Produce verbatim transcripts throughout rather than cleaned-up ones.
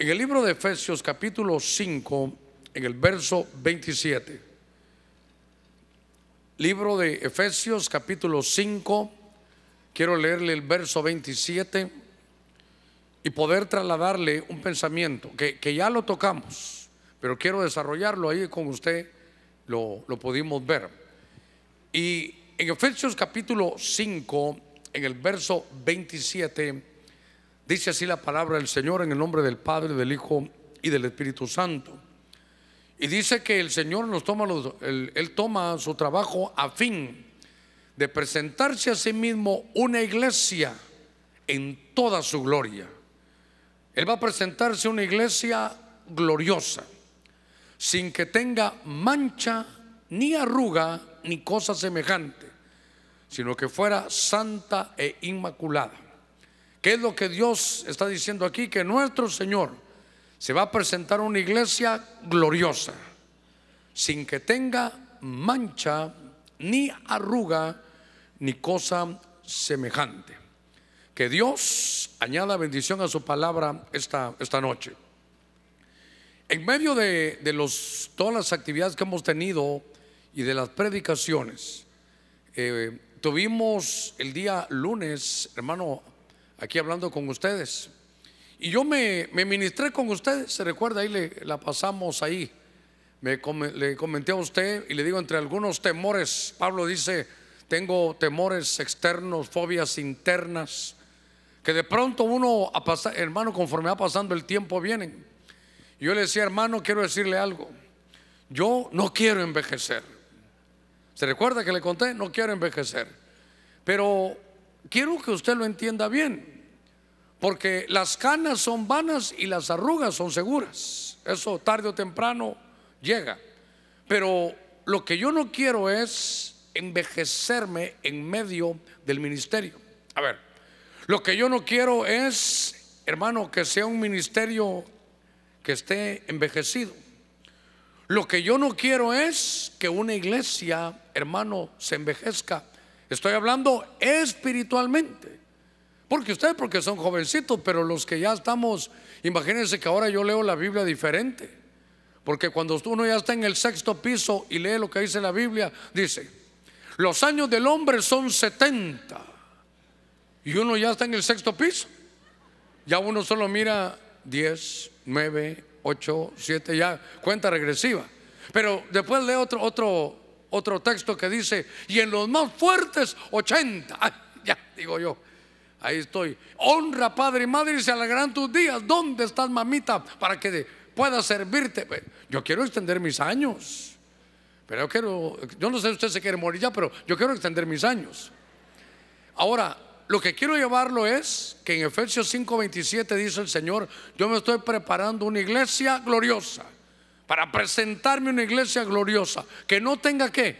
En el libro de Efesios capítulo cinco, en el verso veintisiete. Libro de Efesios capítulo cinco, quiero leerle el verso veintisiete y poder trasladarle un pensamiento que, que ya lo tocamos, pero quiero desarrollarlo ahí con usted. Lo, lo pudimos ver. Y en Efesios capítulo cinco, en el verso veintisiete, dice así la palabra del Señor, en el nombre del Padre, del Hijo y del Espíritu Santo. Y dice que el Señor nos toma los, él, él toma su trabajo a fin de presentarse a sí mismo una iglesia en toda su gloria. Él va a presentarse una iglesia gloriosa, sin que tenga mancha, ni arruga, ni cosa semejante, sino que fuera santa e inmaculada. ¿Qué es lo que Dios está diciendo aquí? Que nuestro Señor se va a presentar una iglesia gloriosa, sin que tenga mancha, ni arruga, ni cosa semejante. Que Dios añada bendición a su palabra esta, esta noche. En medio de, de los, todas las actividades que hemos tenido y de las predicaciones, eh, tuvimos el día lunes, hermano, aquí hablando con ustedes, y yo me, me ministré con ustedes. Se recuerda, ahí le, la pasamos ahí. Me, le comenté a usted y le digo, entre algunos temores, Pablo dice: tengo temores externos, fobias internas, que de pronto uno a pasar, hermano, conforme va pasando el tiempo vienen. Y yo le decía: hermano, quiero decirle algo, yo no quiero envejecer. ¿Se recuerda que le conté? No quiero envejecer, pero quiero que usted lo entienda bien, porque las canas son vanas y las arrugas son seguras. Eso tarde o temprano llega. Pero lo que yo no quiero es envejecerme en medio del ministerio. A ver, lo que yo no quiero es, hermano, que sea un ministerio que esté envejecido. Lo que yo no quiero es que una iglesia, hermano, se envejezca. Estoy hablando espiritualmente. Porque ustedes, porque son jovencitos, pero los que ya estamos, imagínense que ahora yo leo la Biblia diferente. Porque cuando uno ya está en el sexto piso y lee lo que dice la Biblia, dice: los años del hombre son setenta. Y uno ya está en el sexto piso. Ya uno solo mira diez, nueve, ocho, siete, ya cuenta regresiva. Pero después lee otro, otro, otro texto que dice: y en los más fuertes, ochenta. Ay, ya digo yo, ahí estoy. Honra padre y madre y se alegrarán tus días. ¿Dónde estás, mamita, para que pueda servirte? Yo quiero extender mis años, pero yo quiero, yo no sé si usted se quiere morir ya, pero yo quiero extender mis años. Ahora, lo que quiero llevarlo es que en Efesios cinco veintisiete dice el Señor: yo me estoy preparando una iglesia gloriosa, para presentarme una iglesia gloriosa, que no tenga ¿qué?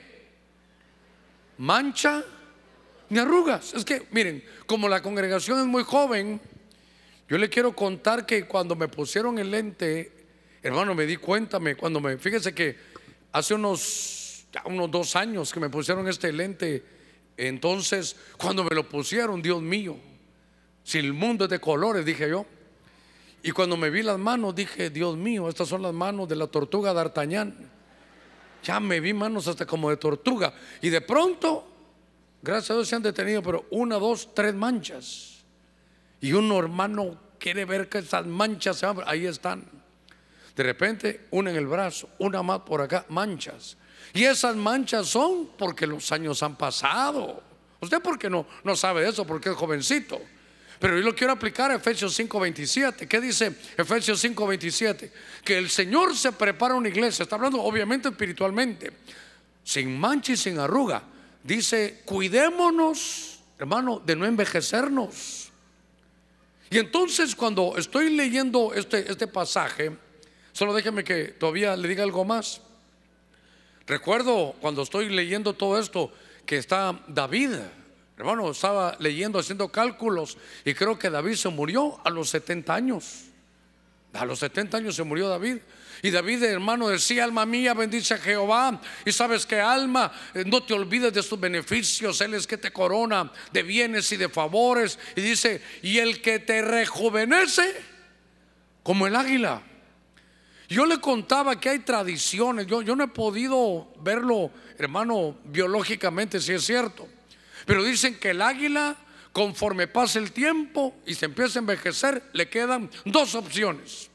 Mancha ni arrugas. Es que miren, como la congregación es muy joven, yo le quiero contar que cuando me pusieron el lente, hermano, me di cuenta, me, cuando me, fíjese que hace unos, ya unos dos años que me pusieron este lente. Entonces, cuando me lo pusieron, Dios mío, si el mundo es de colores, dije yo. Y cuando me vi las manos, dije: Dios mío, estas son las manos de la tortuga D'Artagnan. Ya me vi manos hasta como de tortuga. Y de pronto, gracias a Dios se han detenido, pero una, dos, tres manchas. Y uno, hermano, quiere ver que esas manchas se abran. Ahí están. De repente, una en el brazo, una más por acá, manchas. Y esas manchas son porque los años han pasado. Usted porque no, no sabe eso, porque es jovencito. Pero yo lo quiero aplicar a Efesios cinco veintisiete. ¿Qué dice Efesios cinco veintisiete? Que el Señor se prepara una iglesia. Está hablando obviamente espiritualmente, sin mancha y sin arruga. Dice: cuidémonos, hermano, de no envejecernos. Y entonces, cuando estoy leyendo este, este pasaje, solo déjeme que todavía le diga algo más. Recuerdo cuando estoy leyendo todo esto que está David, hermano, estaba leyendo, haciendo cálculos, y creo que David se murió a los setenta años. A los setenta años se murió David. Y David, hermano, decía: alma mía, bendice a Jehová. Y sabes que, alma, no te olvides de sus beneficios. Él es que te corona de bienes y de favores. Y dice: y el que te rejuvenece como el águila. Yo le contaba que hay tradiciones, yo, yo no he podido verlo, hermano, biológicamente, si es cierto, pero dicen que el águila, conforme pasa el tiempo y se empieza a envejecer, le quedan dos opciones.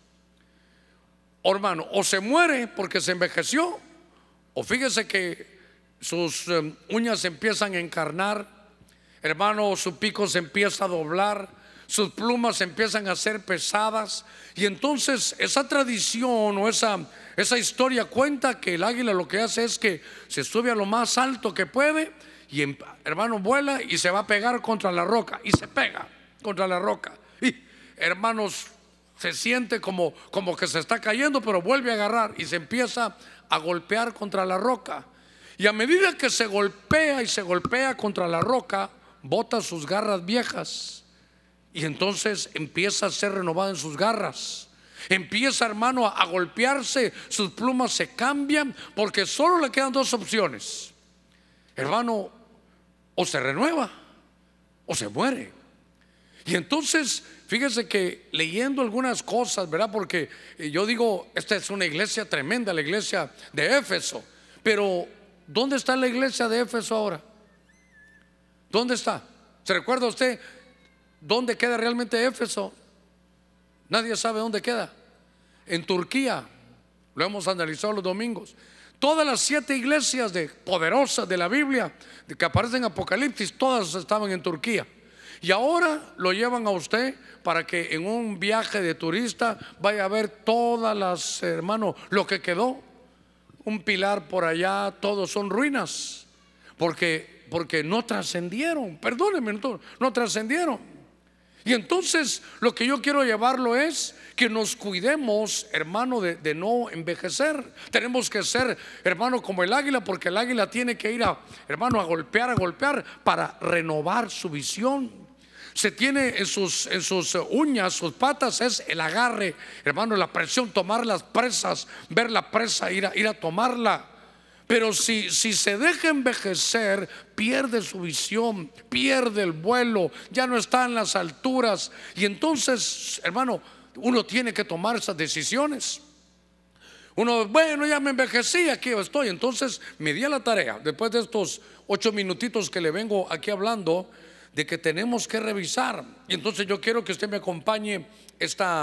Oh, hermano, o se muere porque se envejeció, o fíjese que sus um, uñas se empiezan a encarnar, hermano, su pico se empieza a doblar, sus plumas empiezan a ser pesadas. Y entonces esa tradición o esa, esa historia cuenta que el águila lo que hace es que se sube a lo más alto que puede y, hermano, vuela y se va a pegar contra la roca, y se pega contra la roca, y, hermanos, se siente como, como que se está cayendo, pero vuelve a agarrar y se empieza a golpear contra la roca. Y a medida que se golpea y se golpea contra la roca, bota sus garras viejas, y entonces empieza a ser renovada en sus garras. Empieza, hermano, a, a golpearse, sus plumas se cambian, porque solo le quedan dos opciones, hermano: o se renueva o se muere. Y entonces, fíjese que leyendo algunas cosas, ¿verdad? Porque yo digo, esta es una iglesia tremenda, la iglesia de Éfeso. Pero ¿dónde está la iglesia de Éfeso ahora? ¿Dónde está? ¿Se recuerda usted dónde queda realmente Éfeso? Nadie sabe dónde queda. En Turquía. Lo hemos analizado los domingos. Todas las siete iglesias de, poderosas de la Biblia, de que aparecen en Apocalipsis, todas estaban en Turquía. Y ahora lo llevan a usted para que en un viaje de turista vaya a ver todas las, hermanos, lo que quedó. Un pilar por allá, todos son ruinas, porque, porque no trascendieron. Perdónenme, no, no trascendieron. Y entonces lo que yo quiero llevarlo es que nos cuidemos, hermano, de, de no envejecer. Tenemos que ser, hermano, como el águila, porque el águila tiene que ir a, hermano, a golpear, a golpear para renovar su visión. Se tiene en sus, en sus uñas, sus patas, es el agarre, hermano, la presión, tomar las presas, ver la presa, ir a, ir a tomarla. Pero si, si se deja envejecer, pierde su visión, pierde el vuelo, ya no está en las alturas. Y entonces, hermano, uno tiene que tomar esas decisiones. Uno, bueno, ya me envejecí, aquí estoy. Entonces me di a la tarea, después de estos ocho minutitos que le vengo aquí hablando, de que tenemos que revisar. Y entonces yo quiero que usted me acompañe esta,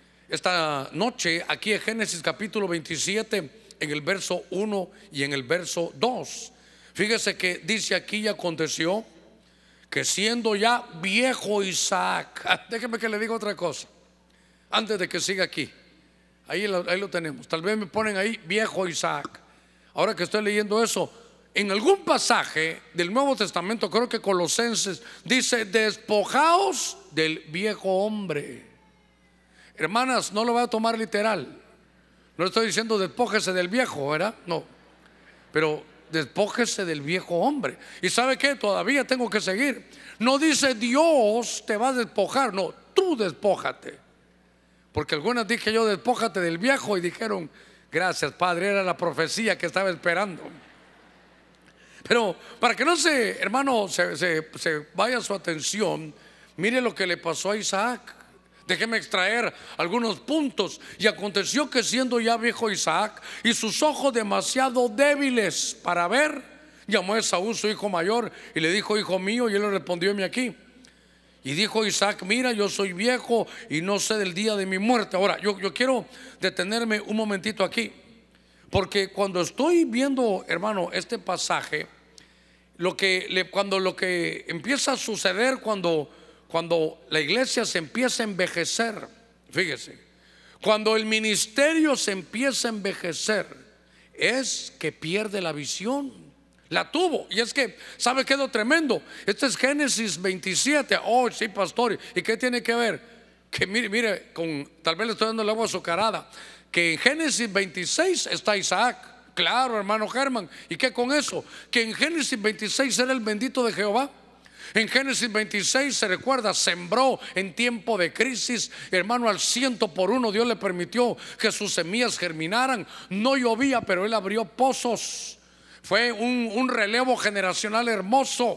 esta noche aquí en Génesis capítulo veintisiete, en el verso uno y en el verso dos. Fíjese que dice aquí: y aconteció que siendo ya viejo Isaac. Déjeme que le diga otra cosa antes de que siga aquí. Ahí lo, ahí lo tenemos. Tal vez me ponen ahí viejo Isaac. Ahora que estoy leyendo eso, en algún pasaje del Nuevo Testamento, creo que Colosenses, dice: despojaos del viejo hombre. Hermanas, no lo voy a tomar literal. No estoy diciendo despójese del viejo, ¿verdad? No, pero despójese del viejo hombre. ¿Y sabe qué? Todavía tengo que seguir. No dice Dios te va a despojar, no, tú despójate. Porque algunas dije yo: despójate del viejo, y dijeron: gracias, Padre, era la profecía que estaba esperando. Pero para que no se, hermano, se, se, se vaya su atención, mire lo que le pasó a Isaac. Déjeme extraer algunos puntos. Y aconteció que siendo ya viejo Isaac y sus ojos demasiado débiles para ver, llamó a Esaú su hijo mayor y le dijo: hijo mío. Y él le respondió: heme aquí. Y dijo Isaac: mira, yo soy viejo y no sé del día de mi muerte. Ahora yo, yo quiero detenerme un momentito aquí, porque cuando estoy viendo, hermano, este pasaje, lo que le, cuando lo que empieza a suceder cuando Cuando la iglesia se empieza a envejecer, fíjese, cuando el ministerio se empieza a envejecer, es que pierde la visión. La tuvo, y es que, ¿sabe qué es lo tremendo? Este es Génesis veintisiete. Oh, sí, pastor, ¿y qué tiene que ver? Que mire, mire, con, tal vez le estoy dando el agua azucarada, que en Génesis veintiséis está Isaac. Claro, hermano Germán. ¿Y qué con eso? Que en Génesis veintiséis era el bendito de Jehová. En Génesis veintiséis se recuerda, sembró en tiempo de crisis, hermano, al ciento por uno. Dios le permitió que sus semillas germinaran. No llovía, pero él abrió pozos. Fue un, un relevo generacional hermoso,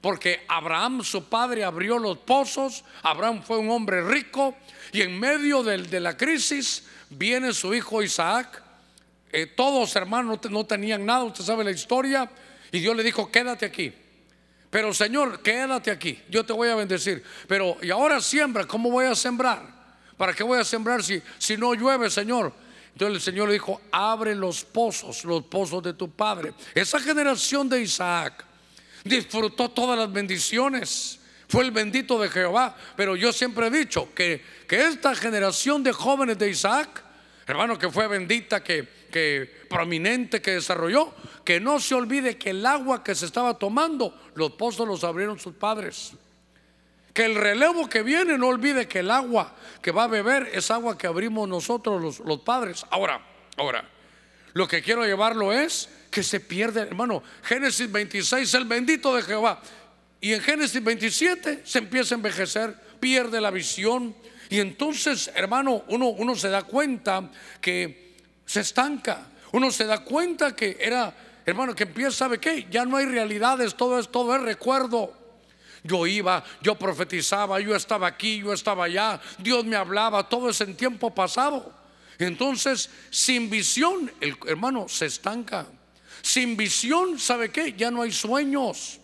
porque Abraham, su padre, abrió los pozos. Abraham fue un hombre rico, y en medio de, de la crisis viene su hijo Isaac. Eh, todos hermanos no tenían nada, usted sabe la historia, y Dios le dijo: quédate aquí. Pero Señor, quédate aquí, yo te voy a bendecir. Pero y ahora siembra. ¿Cómo voy a sembrar? ¿Para qué voy a sembrar si, si no llueve, Señor? Entonces el Señor le dijo: abre los pozos, los pozos de tu padre. Esa generación de Isaac disfrutó todas las bendiciones, fue el bendito de Jehová. Pero yo siempre he dicho que, que esta generación de jóvenes de Isaac, hermano, que fue bendita, que, que prominente, que desarrolló, que no se olvide que el agua que se estaba tomando, los pozos los abrieron sus padres. Que el relevo que viene no olvide que el agua que va a beber es agua que abrimos nosotros los, los padres. Ahora, ahora, lo que quiero llevarlo es que se pierde, hermano. Génesis veintiséis, el bendito de Jehová, y en Génesis veintisiete se empieza a envejecer, pierde la visión. Y entonces, hermano, uno, uno se da cuenta que se estanca. Uno se da cuenta que era, hermano, que empieza, ¿sabe qué? Ya no hay realidades, todo es, todo es recuerdo. Yo iba, yo profetizaba, yo estaba aquí, yo estaba allá, Dios me hablaba, todo es en tiempo pasado. Entonces, sin visión, el hermano se estanca. Sin visión, ¿sabe qué? Ya no hay sueños.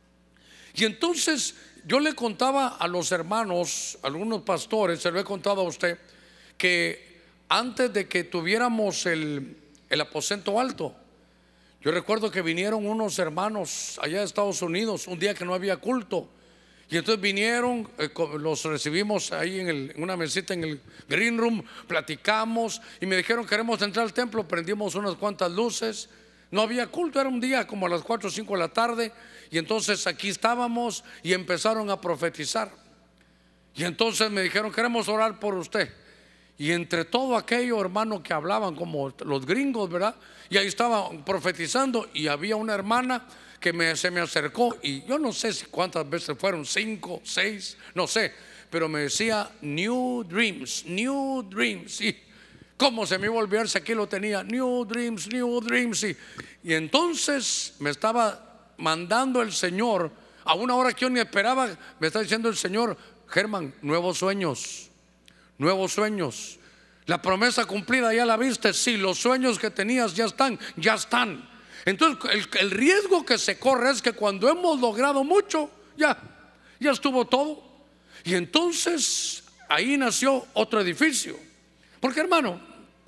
Y entonces yo le contaba a los hermanos, a algunos pastores, se lo he contado a usted, que antes de que tuviéramos el, el aposento alto, yo recuerdo que vinieron unos hermanos allá de Estados Unidos un día que no había culto. Y entonces vinieron, eh, los recibimos ahí en, el, en una mesita en el green room, platicamos y me dijeron: queremos entrar al templo. Prendimos unas cuantas luces. No había culto, era un día como a las cuatro o cinco de la tarde. Y entonces aquí estábamos y empezaron a profetizar. Y entonces me dijeron: queremos orar por usted. Y entre todo aquello, hermano, que hablaban como los gringos, ¿verdad? Y ahí estaban profetizando, y había una hermana que me, se me acercó, y yo no sé si cuántas veces fueron, cinco, seis, no sé, pero me decía: New Dreams, New Dreams. Y cómo se me iba a olvidar si aquí lo tenía, New Dreams, New Dreams. Y, y entonces me estaba mandando el Señor a una hora que yo ni esperaba. Me está diciendo el Señor: Germán, nuevos sueños. Nuevos sueños. La promesa cumplida ya la viste. Sí, los sueños que tenías ya están, ya están. Entonces el, el riesgo que se corre es que cuando hemos logrado mucho, ya, ya estuvo todo. Y entonces ahí nació otro edificio. Porque, hermano,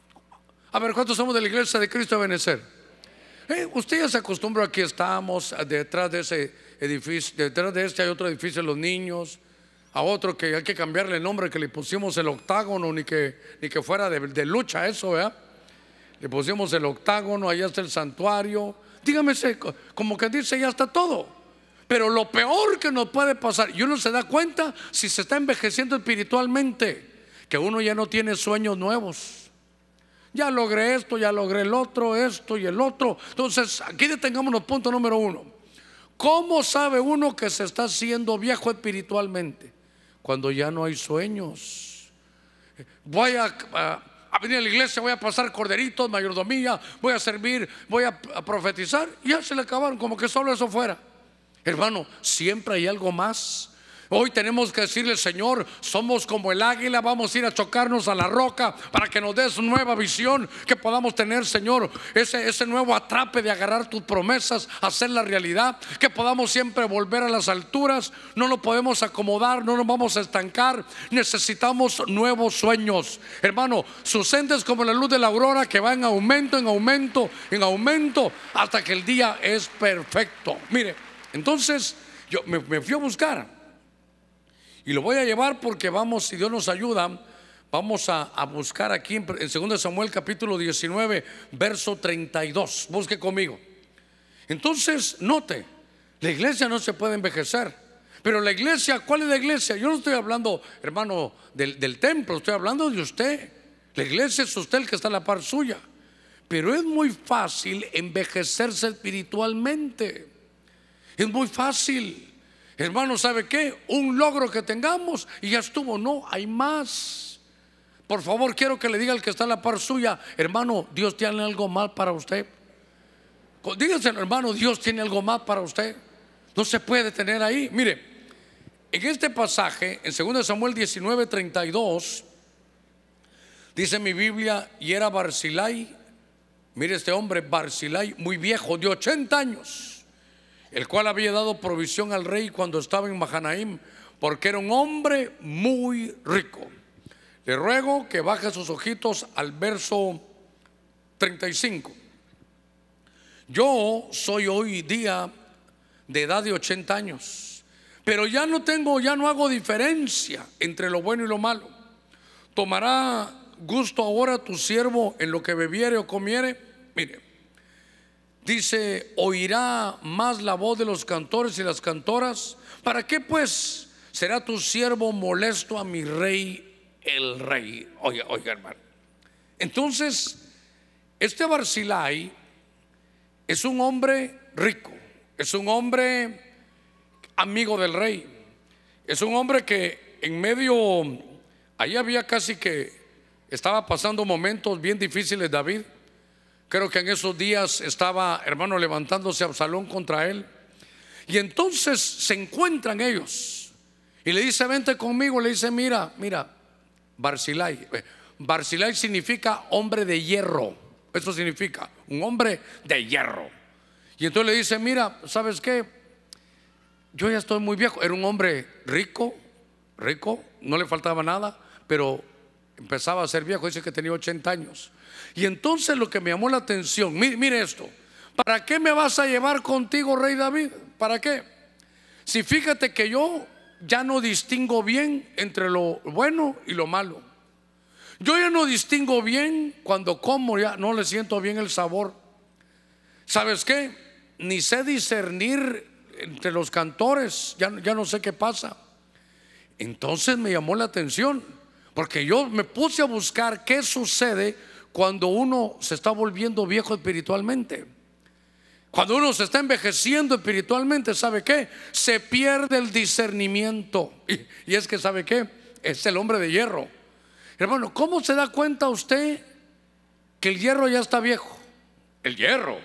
a ver, ¿cuántos somos de la iglesia de Cristo de Benecer? Eh, usted ya se acostumbró, aquí estamos, detrás de ese edificio, detrás de este hay otro edificio de los niños. A otro que hay que cambiarle el nombre, que le pusimos el octágono, ni que, ni que fuera de, de lucha eso, ¿verdad? Le pusimos el octágono, allá está el santuario. Dígame, como que dice, ya está todo. Pero lo peor que nos puede pasar, y uno se da cuenta si se está envejeciendo espiritualmente, que uno ya no tiene sueños nuevos. Ya logré esto, ya logré el otro, esto y el otro. Entonces aquí detengámonos, punto número uno. ¿Cómo sabe uno que se está haciendo viejo espiritualmente? Cuando ya no hay sueños. Voy a, a, a venir a la iglesia, voy a pasar corderitos, mayordomía, voy a servir, voy a, a profetizar. Ya se le acabaron, como que solo eso fuera. Hermano, siempre hay algo más. Hoy tenemos que decirle: Señor, somos como el águila, vamos a ir a chocarnos a la roca para que nos des nueva visión, que podamos tener, Señor, ese, ese nuevo atrape de agarrar tus promesas, hacer la realidad, que podamos siempre volver a las alturas. No nos podemos acomodar, no nos vamos a estancar. Necesitamos nuevos sueños, hermano. Su senda es como la luz de la aurora, que va en aumento, en aumento, en aumento, hasta que el día es perfecto. Mire, entonces yo me, me fui a buscar. Y lo voy a llevar porque vamos, si Dios nos ayuda, vamos a, a buscar aquí en, en segundo Samuel capítulo diecinueve, verso treinta y dos. Busque conmigo. Entonces, note, la iglesia no se puede envejecer. Pero la iglesia, ¿cuál es la iglesia? Yo no estoy hablando, hermano, del, del templo, estoy hablando de usted. La iglesia es usted el que está a la par suya. Pero es muy fácil envejecerse espiritualmente. Es muy fácil. Hermano, ¿sabe qué? Un logro que tengamos y ya estuvo. No, hay más. Por favor, quiero que le diga al que está a la par suya: hermano, Dios tiene algo más para usted. Dígaselo, hermano, Dios tiene algo más para usted. no se puede detener ahí. Mire, en este pasaje, en segundo Samuel diecinueve, treinta y dos, dice mi Biblia, y era Barzillai, mire este hombre, Barzillai, muy viejo, de ochenta años, el cual había dado provisión al rey cuando estaba en Mahanaim, porque era un hombre muy rico. Le ruego que baje sus ojitos al verso treinta y cinco. Yo soy hoy día de edad de ochenta años, pero ya no tengo, ya no hago diferencia entre lo bueno y lo malo. ¿Tomará gusto ahora tu siervo en lo que bebiere o comiere? Mire, dice, oirá más la voz de los cantores y las cantoras. ¿Para qué pues será tu siervo molesto a mi rey el rey? Oiga, oiga hermano, entonces este Barzillai es un hombre rico, es un hombre amigo del rey, es un hombre que en medio, ahí había casi que estaba pasando momentos bien difíciles David. Creo que en esos días estaba, hermano, levantándose Absalón contra él. Y entonces se encuentran ellos y le dice, vente conmigo. Le dice, mira, mira, Barzillai. Barzillai significa hombre de hierro. Eso significa un hombre de hierro. Y entonces le dice, mira, ¿sabes qué? Yo ya estoy muy viejo. Era un hombre rico, rico, no le faltaba nada, pero empezaba a ser viejo. Dice que tenía ochenta años. Y entonces lo que me llamó la atención, mire, mire esto, ¿para qué me vas a llevar contigo, rey David? ¿Para qué? Si fíjate que yo ya no distingo bien entre lo bueno y lo malo. Yo ya no distingo bien cuando como, ya no le siento bien el sabor. ¿Sabes qué? Ni sé discernir entre los cantores, ya, ya no sé qué pasa. Entonces me llamó la atención, porque yo me puse a buscar qué sucede cuando uno se está volviendo viejo espiritualmente. Cuando uno se está envejeciendo espiritualmente, ¿sabe qué? Se pierde el discernimiento. Y, y es que, ¿sabe qué? Es el hombre de hierro. Hermano, ¿cómo se da cuenta usted que el hierro ya está viejo? El hierro,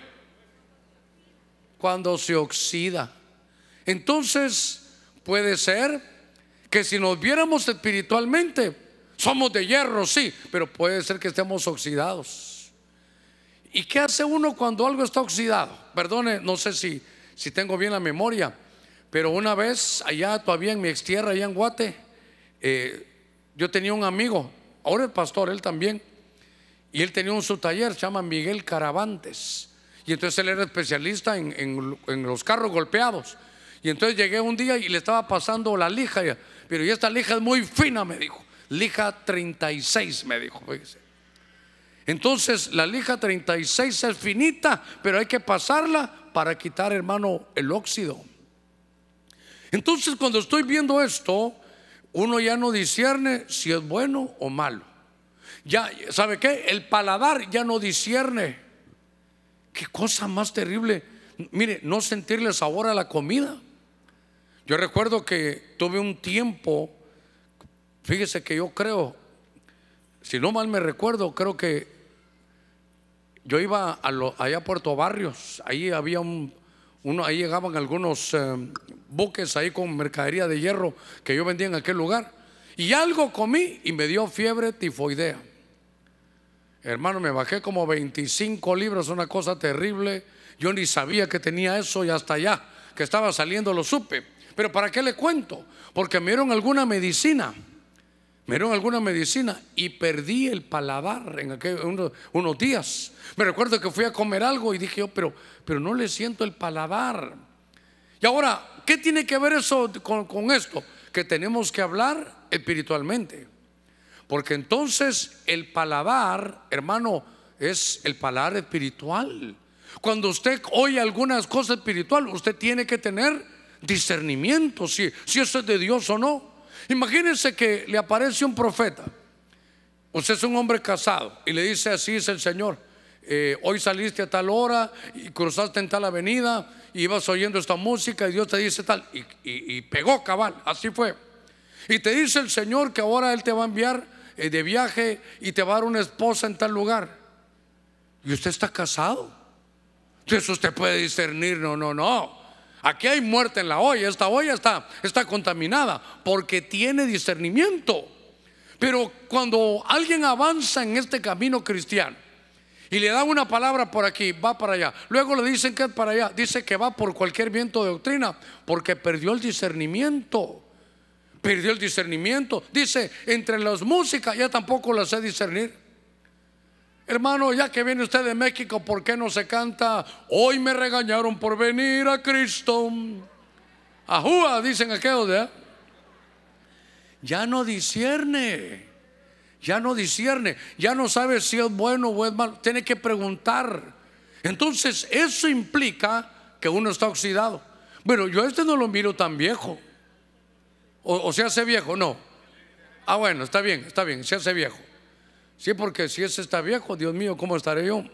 cuando se oxida. Entonces puede ser que si nos viéramos espiritualmente, somos de hierro, sí, pero puede ser que estemos oxidados. ¿Y qué hace uno cuando algo está oxidado? Perdone, no sé si, si tengo bien la memoria, pero una vez allá todavía en mi ex tierra, allá en Guate, eh, yo tenía un amigo, ahora es pastor, él también, y él tenía un su taller, se llama Miguel Caravantes, y entonces él era especialista en, en, en los carros golpeados. Y entonces llegué un día y le estaba pasando la lija, pero y esta lija es muy fina, me dijo. Lija treinta y seis, me dijo. Entonces la lija treinta y seis es finita, pero hay que pasarla para quitar, hermano, el óxido. Entonces cuando estoy viendo esto, uno ya no discierne si es bueno o malo. Ya, ¿sabe qué? El paladar ya no discierne. Qué cosa más terrible. Mire, no sentirle sabor a la comida. Yo recuerdo que tuve un tiempo, fíjese que yo creo, si no mal me recuerdo, creo que yo iba a lo, allá a Puerto Barrios. Ahí había un, uno, ahí llegaban algunos eh, buques ahí con mercadería de hierro que yo vendía en aquel lugar. Y algo comí y me dio fiebre tifoidea. Hermano, me bajé como veinticinco libras, una cosa terrible. Yo ni sabía que tenía eso y hasta allá que estaba saliendo lo supe. Pero ¿para qué le cuento? Porque me dieron alguna medicina. Me dieron alguna medicina y perdí el paladar en aquel, unos, unos días. Me recuerdo que fui a comer algo y dije yo, pero, pero no le siento el paladar. Y ahora, ¿qué tiene que ver eso con, con esto? Que tenemos que hablar espiritualmente. Porque entonces el paladar, hermano, es el paladar espiritual. Cuando usted oye algunas cosas espirituales, usted tiene que tener discernimiento si, si eso es de Dios o no. Imagínense que le aparece un profeta. Usted es un hombre casado y le dice: así es el Señor, eh, hoy saliste a tal hora y cruzaste en tal avenida y ibas oyendo esta música y Dios te dice tal, y, y, y pegó cabal, así fue. Y te dice el Señor que ahora Él te va a enviar eh, de viaje y te va a dar una esposa en tal lugar. Y usted está casado. Entonces usted puede discernir, no, no, no. Aquí hay muerte en la olla. Esta olla está, está contaminada porque tiene discernimiento. Pero cuando alguien avanza en este camino cristiano y le dan una palabra por aquí, va para allá, luego le dicen que es para allá, dice que va por cualquier viento de doctrina, porque perdió el discernimiento. Perdió el discernimiento. Dice, entre las músicas ya tampoco las sé discernir. Hermano, ya que viene usted de México, ¿por qué no se canta hoy me regañaron por venir a Cristo? Ajúa, dicen aquellos, ¿verdad? Ya no discierne. Ya no discierne. Ya no sabe si es bueno o es malo. Tiene que preguntar. Entonces eso implica que uno está oxidado. Bueno, yo a este no lo miro tan viejo. O, o se hace viejo, no. Ah, bueno, está bien, está bien, se hace viejo. Sí, porque si ese está viejo, Dios mío, ¿cómo estaré yo?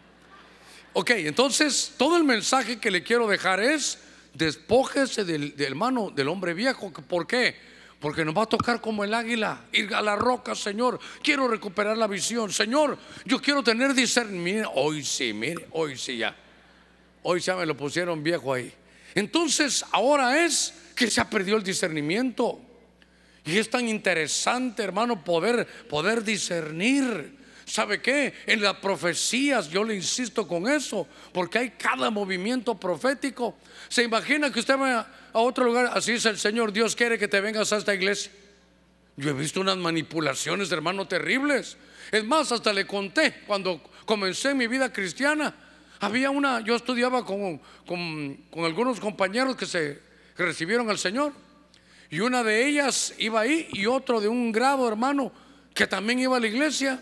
Ok, entonces todo el mensaje que le quiero dejar es: despójese del, del hermano, del hombre viejo. ¿Por qué? Porque nos va a tocar como el águila, ir a la roca. Señor, quiero recuperar la visión. Señor, yo quiero tener discernimiento. Hoy sí, mire, hoy sí ya. Hoy ya me lo pusieron viejo ahí. Entonces ahora es que se ha perdido el discernimiento. Y es tan interesante, hermano, poder, poder discernir. ¿Sabe qué? En las profecías yo le insisto con eso, porque hay cada movimiento profético. ¿Se imagina que usted va a otro lugar? Así dice el Señor: Dios quiere que te vengas a esta iglesia. Yo he visto unas manipulaciones, hermano, terribles. Es más, hasta le conté cuando comencé mi vida cristiana. Había una, yo estudiaba con, con, con algunos compañeros que se que recibieron al Señor. Y una de ellas iba ahí, y otro de un grado, hermano, que también iba a la iglesia.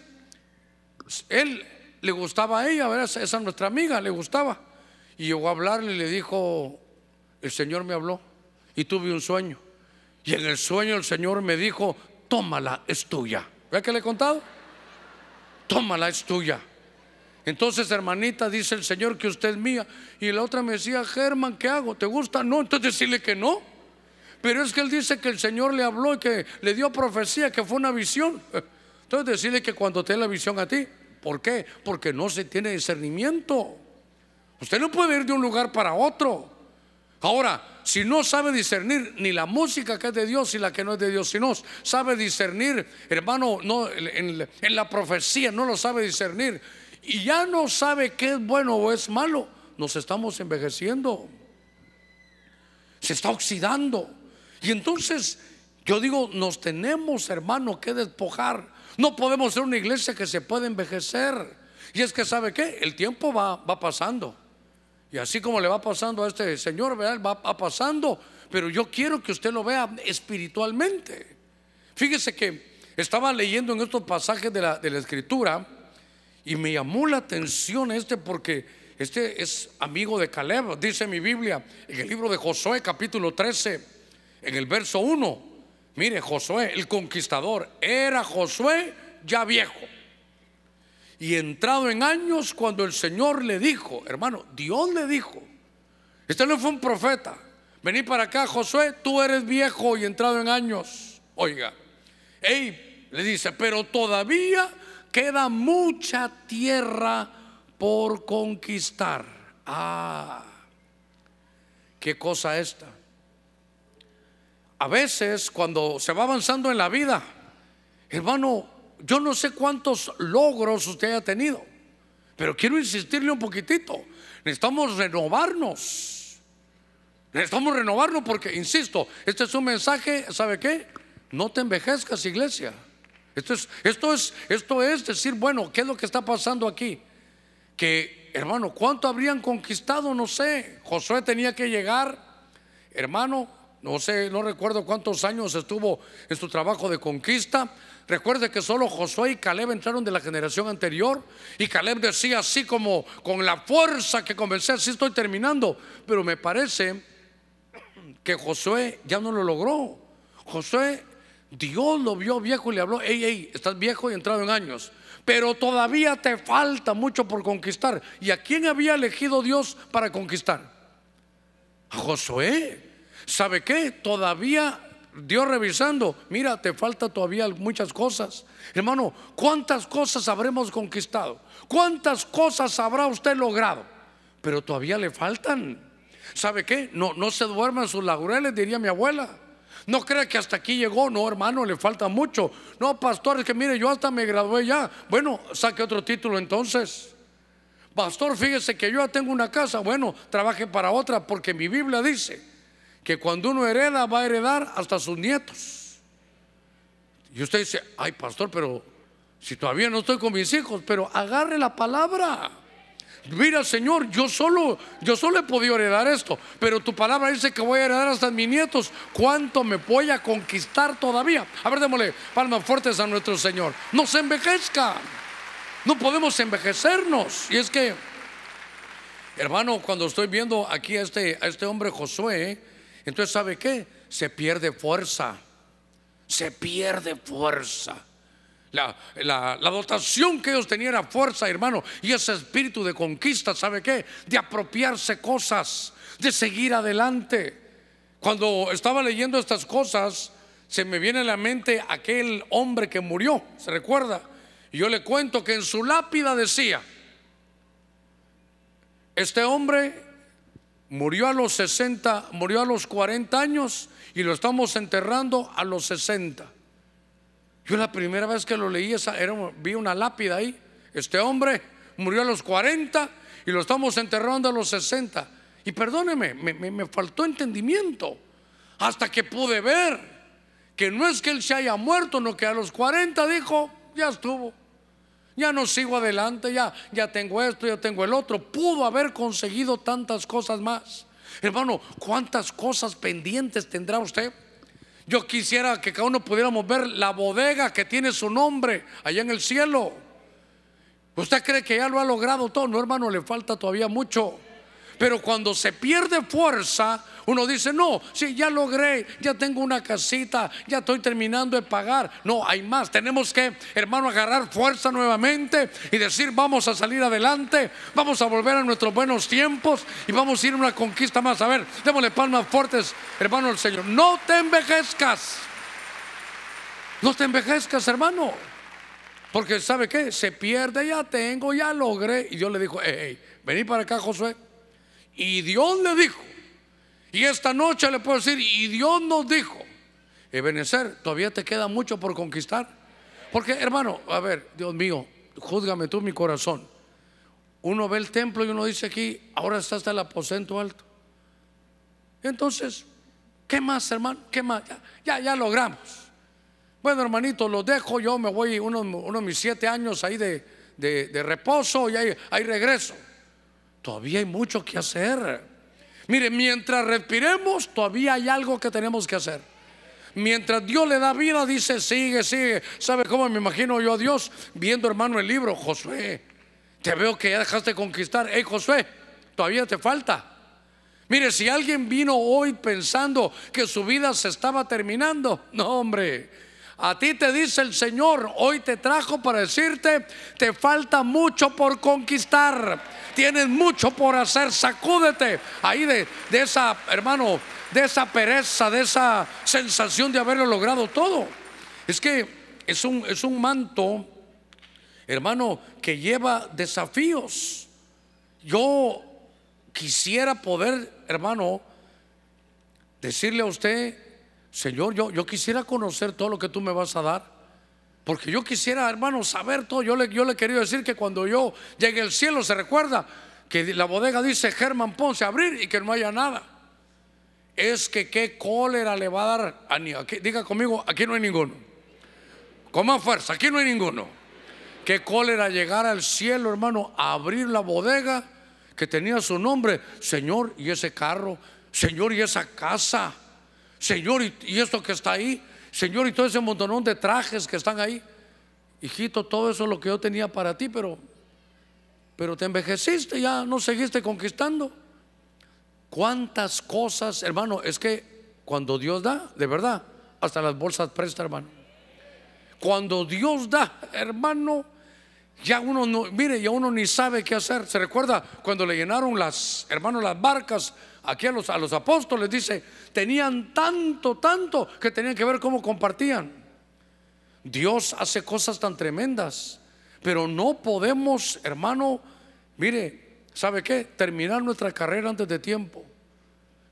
Él le gustaba a ella, ¿verdad? Esa nuestra amiga le gustaba. Y llegó a hablarle y le dijo: el Señor me habló y tuve un sueño. Y en el sueño el Señor me dijo: tómala, es tuya. ¿Ve que le he contado? Tómala, es tuya. Entonces, hermanita, dice el Señor que usted es mía. Y la otra me decía: Germán, ¿qué hago? ¿Te gusta? No, entonces decirle que no. Pero es que él dice que el Señor le habló y que le dio profecía, que fue una visión. Entonces decirle que cuando te dé la visión a ti. ¿Por qué? Porque no se tiene discernimiento. Usted no puede ir de un lugar para otro. Ahora, si no sabe discernir ni la música que es de Dios y la que no es de Dios, si no sabe discernir, hermano, no, en, en la profecía no lo sabe discernir, y ya no sabe qué es bueno o es malo, nos estamos envejeciendo. Se está oxidando. Y entonces yo digo, nos tenemos, hermano, que despojar. No podemos ser una iglesia que se puede envejecer. Y es que, ¿sabe qué? El tiempo va, va pasando. Y así como le va pasando a este señor, ¿verdad? Va, va pasando. Pero yo quiero que usted lo vea espiritualmente. Fíjese que estaba leyendo en estos pasajes de la, de la Escritura, y me llamó la atención este, porque este es amigo de Caleb. Dice mi Biblia en el libro de Josué, capítulo trece, en el verso uno. Mire, Josué, el conquistador, era Josué ya viejo y entrado en años cuando el Señor le dijo, hermano, Dios le dijo, este no fue un profeta: vení para acá, Josué, tú eres viejo y entrado en años. Oiga, hey, le dice, pero todavía queda mucha tierra por conquistar. Ah, qué cosa esta. A veces cuando se va avanzando en la vida, hermano, yo no sé cuántos logros usted haya tenido, pero quiero insistirle un poquitito. Necesitamos renovarnos. Necesitamos renovarnos porque, insisto, este es un mensaje, ¿sabe qué? No te envejezcas, iglesia. Esto es, esto es, esto es decir, bueno, ¿qué es lo que está pasando aquí? Que, hermano, ¿cuánto habrían conquistado? No sé. Josué tenía que llegar, hermano, no sé, no recuerdo cuántos años estuvo en su trabajo de conquista. Recuerde que solo Josué y Caleb entraron de la generación anterior, y Caleb decía así como con la fuerza que comencé, así estoy terminando. Pero me parece que Josué ya no lo logró. Josué, Dios lo vio viejo y le habló: hey, hey, estás viejo y entrado en años, pero todavía te falta mucho por conquistar. ¿Y a quién había elegido Dios para conquistar? A Josué. ¿Sabe qué? Todavía Dios revisando, mira, te falta todavía muchas cosas. Hermano, ¿cuántas cosas habremos conquistado? ¿Cuántas cosas habrá usted logrado? Pero todavía le faltan. ¿Sabe qué? No, no se duerma en sus laureles, diría mi abuela. No crea que hasta aquí llegó. No, hermano, le falta mucho. No, pastor, es que mire, yo hasta me gradué ya. Bueno, saque otro título entonces. Pastor, fíjese que yo ya tengo una casa. Bueno, trabaje para otra, porque mi Biblia dice que cuando uno hereda, va a heredar hasta sus nietos. Y usted dice: ay, pastor, pero si todavía no estoy con mis hijos. Pero agarre la palabra. Mira, Señor, yo solo Yo solo he podido heredar esto, pero tu palabra dice que voy a heredar hasta mis nietos. ¿Cuánto me voy a conquistar todavía? A ver, démosle palmas fuertes a nuestro Señor. No se envejezca. No podemos envejecernos. Y es que, hermano, cuando estoy viendo aquí a este, a este hombre Josué, entonces, ¿sabe qué? Se pierde fuerza. Se pierde fuerza. La, la, la dotación que ellos tenían era fuerza, hermano, y ese espíritu de conquista, ¿sabe qué? De apropiarse cosas, de seguir adelante. Cuando estaba leyendo estas cosas, se me viene a la mente aquel hombre que murió, ¿se recuerda? Y yo le cuento que en su lápida decía: este hombre murió a los sesenta, murió a los cuarenta años y lo estamos enterrando a los sesenta. Yo la primera vez que lo leí, esa, era, vi una lápida ahí. Este hombre murió a los cuarenta y lo estamos enterrando a los sesenta. Y perdóneme, me, me, me faltó entendimiento hasta que pude ver que no es que él se haya muerto, no, que a los cuarenta dijo: ya estuvo, ya no sigo adelante, ya, ya tengo esto, ya tengo el otro. Pudo haber conseguido tantas cosas más. Hermano, ¿cuántas cosas pendientes tendrá usted? Yo quisiera que cada uno pudiéramos ver la bodega que tiene su nombre allá en el cielo. ¿Usted cree que ya lo ha logrado todo? No, hermano, le falta todavía mucho. Pero cuando se pierde fuerza, uno dice: no, sí, ya logré, ya tengo una casita, ya estoy terminando de pagar. No, hay más. Tenemos que, hermano, agarrar fuerza nuevamente y decir: vamos a salir adelante, vamos a volver a nuestros buenos tiempos y vamos a ir a una conquista más. A ver, démosle palmas fuertes, hermano, al Señor. No te envejezcas. No te envejezcas, hermano. Porque ¿sabe qué? Se pierde, ya tengo, ya logré. Y Dios le dijo: hey, hey, vení para acá, Josué. Y Dios le dijo, y esta noche le puedo decir, y Dios nos dijo: Ebenezer, todavía te queda mucho por conquistar. Porque, hermano, a ver, Dios mío, júzgame tú mi corazón. Uno ve el templo y uno dice aquí: ahora está hasta el aposento alto. Entonces, ¿qué más, hermano? ¿Qué más? Ya, ya, ya logramos. Bueno, hermanito, los dejo. Yo me voy unos, unos mis siete años ahí de, de, de reposo y ahí, ahí regreso. Todavía hay mucho que hacer. Mire, mientras respiremos, todavía hay algo que tenemos que hacer. Mientras Dios le da vida, dice: sigue, sigue. ¿Sabe cómo me imagino yo a Dios? Viendo, hermano, el libro: Josué, te veo que ya dejaste conquistar. Hey, Josué, todavía te falta. Mire, si alguien vino hoy pensando que su vida se estaba terminando, no, hombre. A ti te dice el Señor, hoy te trajo para decirte: te falta mucho por conquistar, tienes mucho por hacer. Sacúdete ahí de, de esa, hermano, de esa pereza, de esa sensación de haberlo logrado todo. Es que es un, es un manto, hermano, que lleva desafíos. Yo quisiera poder, hermano, decirle a usted: Señor, yo, yo quisiera conocer todo lo que tú me vas a dar, porque yo quisiera, hermano, saber todo. Yo le, yo le quería decir que cuando yo llegue al cielo, se recuerda que la bodega dice Germán Ponce, abrir, y que no haya nada. Es que qué cólera le va a dar a, aquí, diga conmigo, aquí no hay ninguno. Con más fuerza, aquí no hay ninguno. Qué cólera llegar al cielo, hermano, a abrir la bodega que tenía su nombre. Señor, y ese carro, Señor, y esa casa, Señor, y, y esto que está ahí, Señor, y todo ese montonón de trajes que están ahí. Hijito, todo eso es lo que yo tenía para ti, pero Pero te envejeciste, ya no seguiste conquistando. Cuántas cosas, hermano. Es que cuando Dios da, de verdad, hasta las bolsas presta, hermano. Cuando Dios da, hermano, ya uno no, mire, ya uno ni sabe qué hacer. Se recuerda cuando le llenaron las, hermanos, las barcas aquí a los, a los apóstoles. Dice, tenían tanto, tanto que tenían que ver cómo compartían. Dios hace cosas tan tremendas, pero no podemos, hermano, mire, ¿sabe qué? Terminar nuestra carrera antes de tiempo.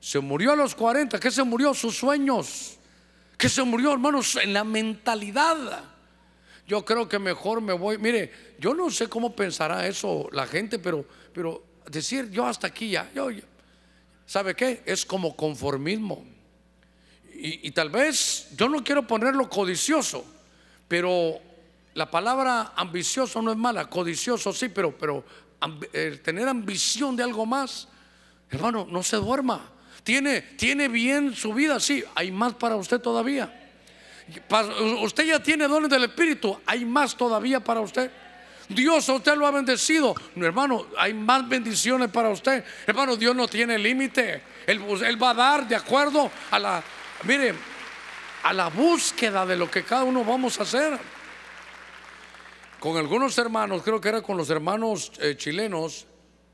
Se murió a los cuarenta. ¿Qué se murió? Sus sueños. ¿Qué se murió, hermanos? En la mentalidad. Yo creo que mejor me voy. Mire, yo no sé cómo pensará eso la gente, pero, pero decir yo hasta aquí ya, yo, yo, ¿sabe qué? Es como conformismo. Y, y tal vez yo no quiero ponerlo codicioso, pero la palabra ambicioso no es mala, codicioso sí, pero, pero amb, eh, tener ambición de algo más, hermano, no se duerma. Tiene, tiene bien su vida, sí, hay más para usted todavía. Usted ya tiene dones del Espíritu, hay más todavía para usted. Dios a usted lo ha bendecido, hermano, hay más bendiciones para usted. Hermano, Dios no tiene límite. Él, él va a dar de acuerdo a la, mire, a la búsqueda de lo que cada uno vamos a hacer. Con algunos hermanos, creo que era con los hermanos eh, chilenos,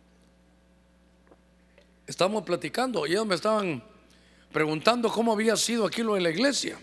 estábamos platicando y ellos me estaban preguntando cómo había sido aquí lo de la iglesia.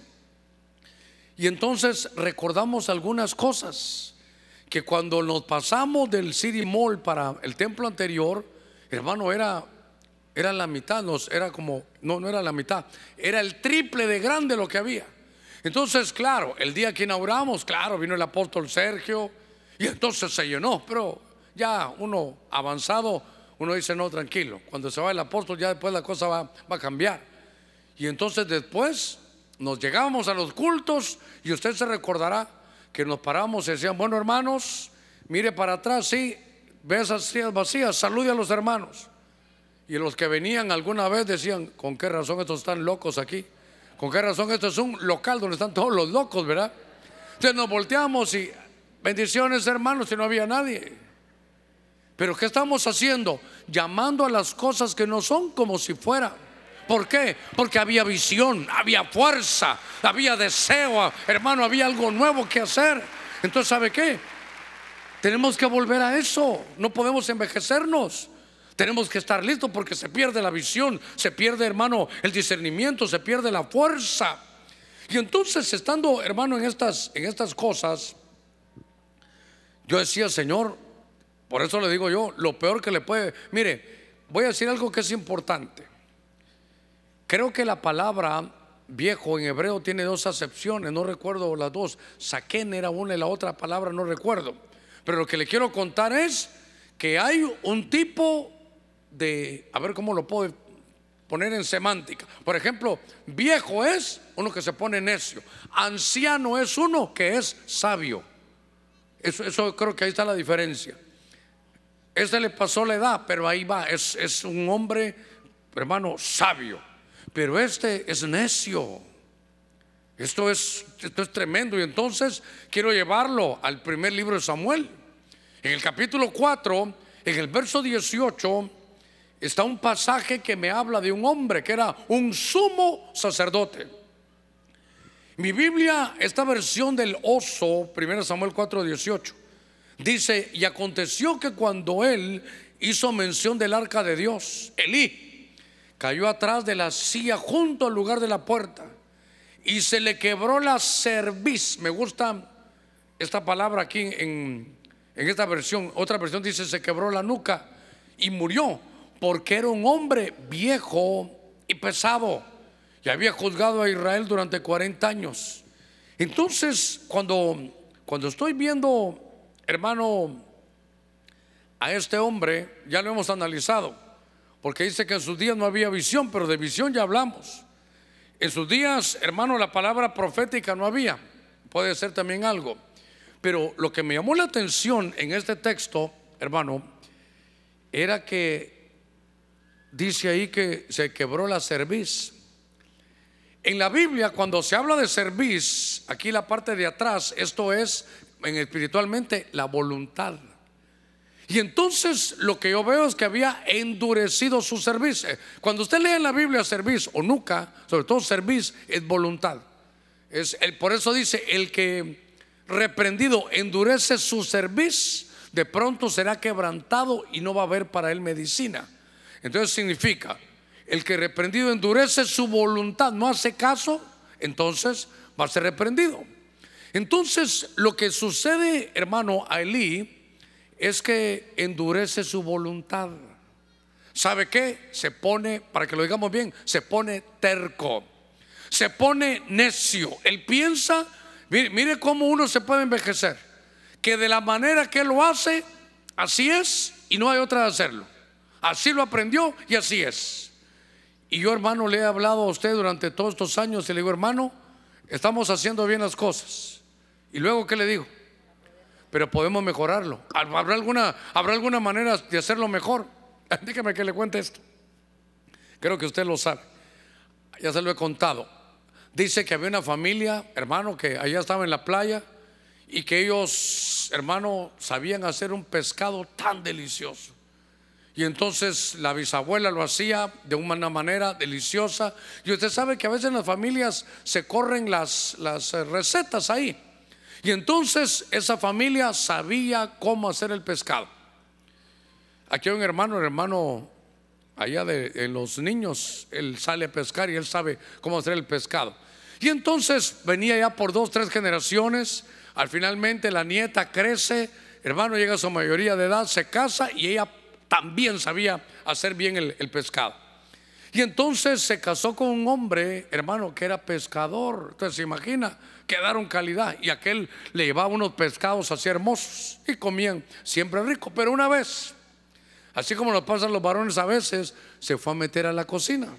Y entonces recordamos algunas cosas, que cuando nos pasamos del City Mall para el templo anterior, hermano, era, era la mitad, nos, era como, no, no era la mitad, era el triple de grande lo que había. Entonces, claro, el día que inauguramos, claro, vino el apóstol Sergio y entonces se llenó. Pero ya uno avanzado, uno dice no, tranquilo, cuando se va el apóstol ya después la cosa va, va a cambiar. Y entonces después nos llegábamos a los cultos y usted se recordará que nos paramos y decían, bueno, hermanos, mire para atrás, sí, ve esas sillas vacías, salude a los hermanos. Y los que venían alguna vez decían, ¿con qué razón estos están locos aquí? ¿Con qué razón esto es un local donde están todos los locos, verdad? Entonces nos volteamos y bendiciones, hermanos, y no había nadie. Pero ¿qué estamos haciendo? Llamando a las cosas que no son como si fuera. ¿Por qué? Porque había visión, había fuerza, había deseo, hermano, había algo nuevo que hacer. Entonces, ¿sabe qué? Tenemos que volver a eso. No podemos envejecernos. Tenemos que estar listos porque se pierde la visión, se pierde, hermano, el discernimiento, se pierde la fuerza. Y entonces, estando, hermano, en estas, en estas cosas, yo decía, Señor, por eso le digo yo, lo peor que le puede, mire, voy a decir algo que es importante. Creo que la palabra viejo en hebreo tiene dos acepciones, no recuerdo las dos. Saquén era una y la otra palabra no recuerdo. Pero lo que le quiero contar es que hay un tipo de, a ver cómo lo puedo poner en semántica. Por ejemplo, viejo es uno que se pone necio. Anciano es uno que es sabio. Eso, eso creo que ahí está la diferencia. Este le pasó la edad, pero ahí va, es, es un hombre, hermano, sabio. Pero este es necio. Esto es, esto es tremendo. Y entonces quiero llevarlo al primer libro de Samuel. En el capítulo cuatro, en el verso dieciocho, está un pasaje que me habla de un hombre que era un sumo sacerdote. Mi Biblia, esta versión del oso, primero Samuel cuatro dieciocho, dice: y aconteció que cuando él hizo mención del arca de Dios, Elí cayó atrás de la silla junto al lugar de la puerta y se le quebró la cerviz. Me gusta esta palabra aquí en, en esta versión. Otra versión dice se quebró la nuca y murió, porque era un hombre viejo y pesado y había juzgado a Israel durante cuarenta años. Entonces cuando, cuando estoy viendo, hermano, a este hombre, ya lo hemos analizado, porque dice que en sus días no había visión, pero de visión ya hablamos. En sus días, hermano, la palabra profética no había. Puede ser también algo. Pero lo que me llamó la atención en este texto, hermano, era que dice ahí que se quebró la cerviz. En la Biblia, cuando se habla de cerviz, aquí la parte de atrás, esto es en espiritualmente la voluntad. Y entonces lo que yo veo es que había endurecido su cerviz. Cuando usted lee en la Biblia cerviz o nuca, sobre todo cerviz, es voluntad. Es el, por eso dice: el que reprendido endurece su cerviz, de pronto será quebrantado y no va a haber para él medicina. Entonces significa, el que reprendido endurece su voluntad, no hace caso, entonces va a ser reprendido. Entonces lo que sucede, hermano, a Elí es que endurece su voluntad. ¿sabe qué? Se pone, para que lo digamos bien, se pone terco, se pone necio. Él piensa, mire, mire cómo uno se puede envejecer, que de la manera que él lo hace, así es y no hay otra de hacerlo. Así lo aprendió y así es. Y yo, hermano, le he hablado a usted durante todos estos años y le digo, hermano, estamos haciendo bien las cosas. Y luego, ¿qué le digo? Pero podemos mejorarlo. ¿Habrá alguna, habrá alguna manera de hacerlo mejor? Dígame que le cuente esto. Creo que usted lo sabe, ya se lo he contado. Dice que había una familia, hermano, que allá estaba en la playa y que ellos, hermano, sabían hacer un pescado tan delicioso. Y entonces la bisabuela lo hacía de una manera deliciosa. Y usted sabe que a veces en las familias se corren las, las recetas ahí. Y entonces esa familia sabía cómo hacer el pescado. Aquí hay un hermano, el hermano allá de, de los niños, él sale a pescar y él sabe cómo hacer el pescado. Y entonces venía ya por dos, tres generaciones. Al finalmente la nieta crece, hermano, llega a su mayoría de edad, se casa y ella también sabía hacer bien el, el pescado. Y entonces se casó con un hombre, hermano, que era pescador. Entonces se imagina, quedaron calidad. Y aquel le llevaba unos pescados así hermosos y comían siempre rico. Pero una vez, así como nos pasan los varones a veces, se fue a meter a la cocina.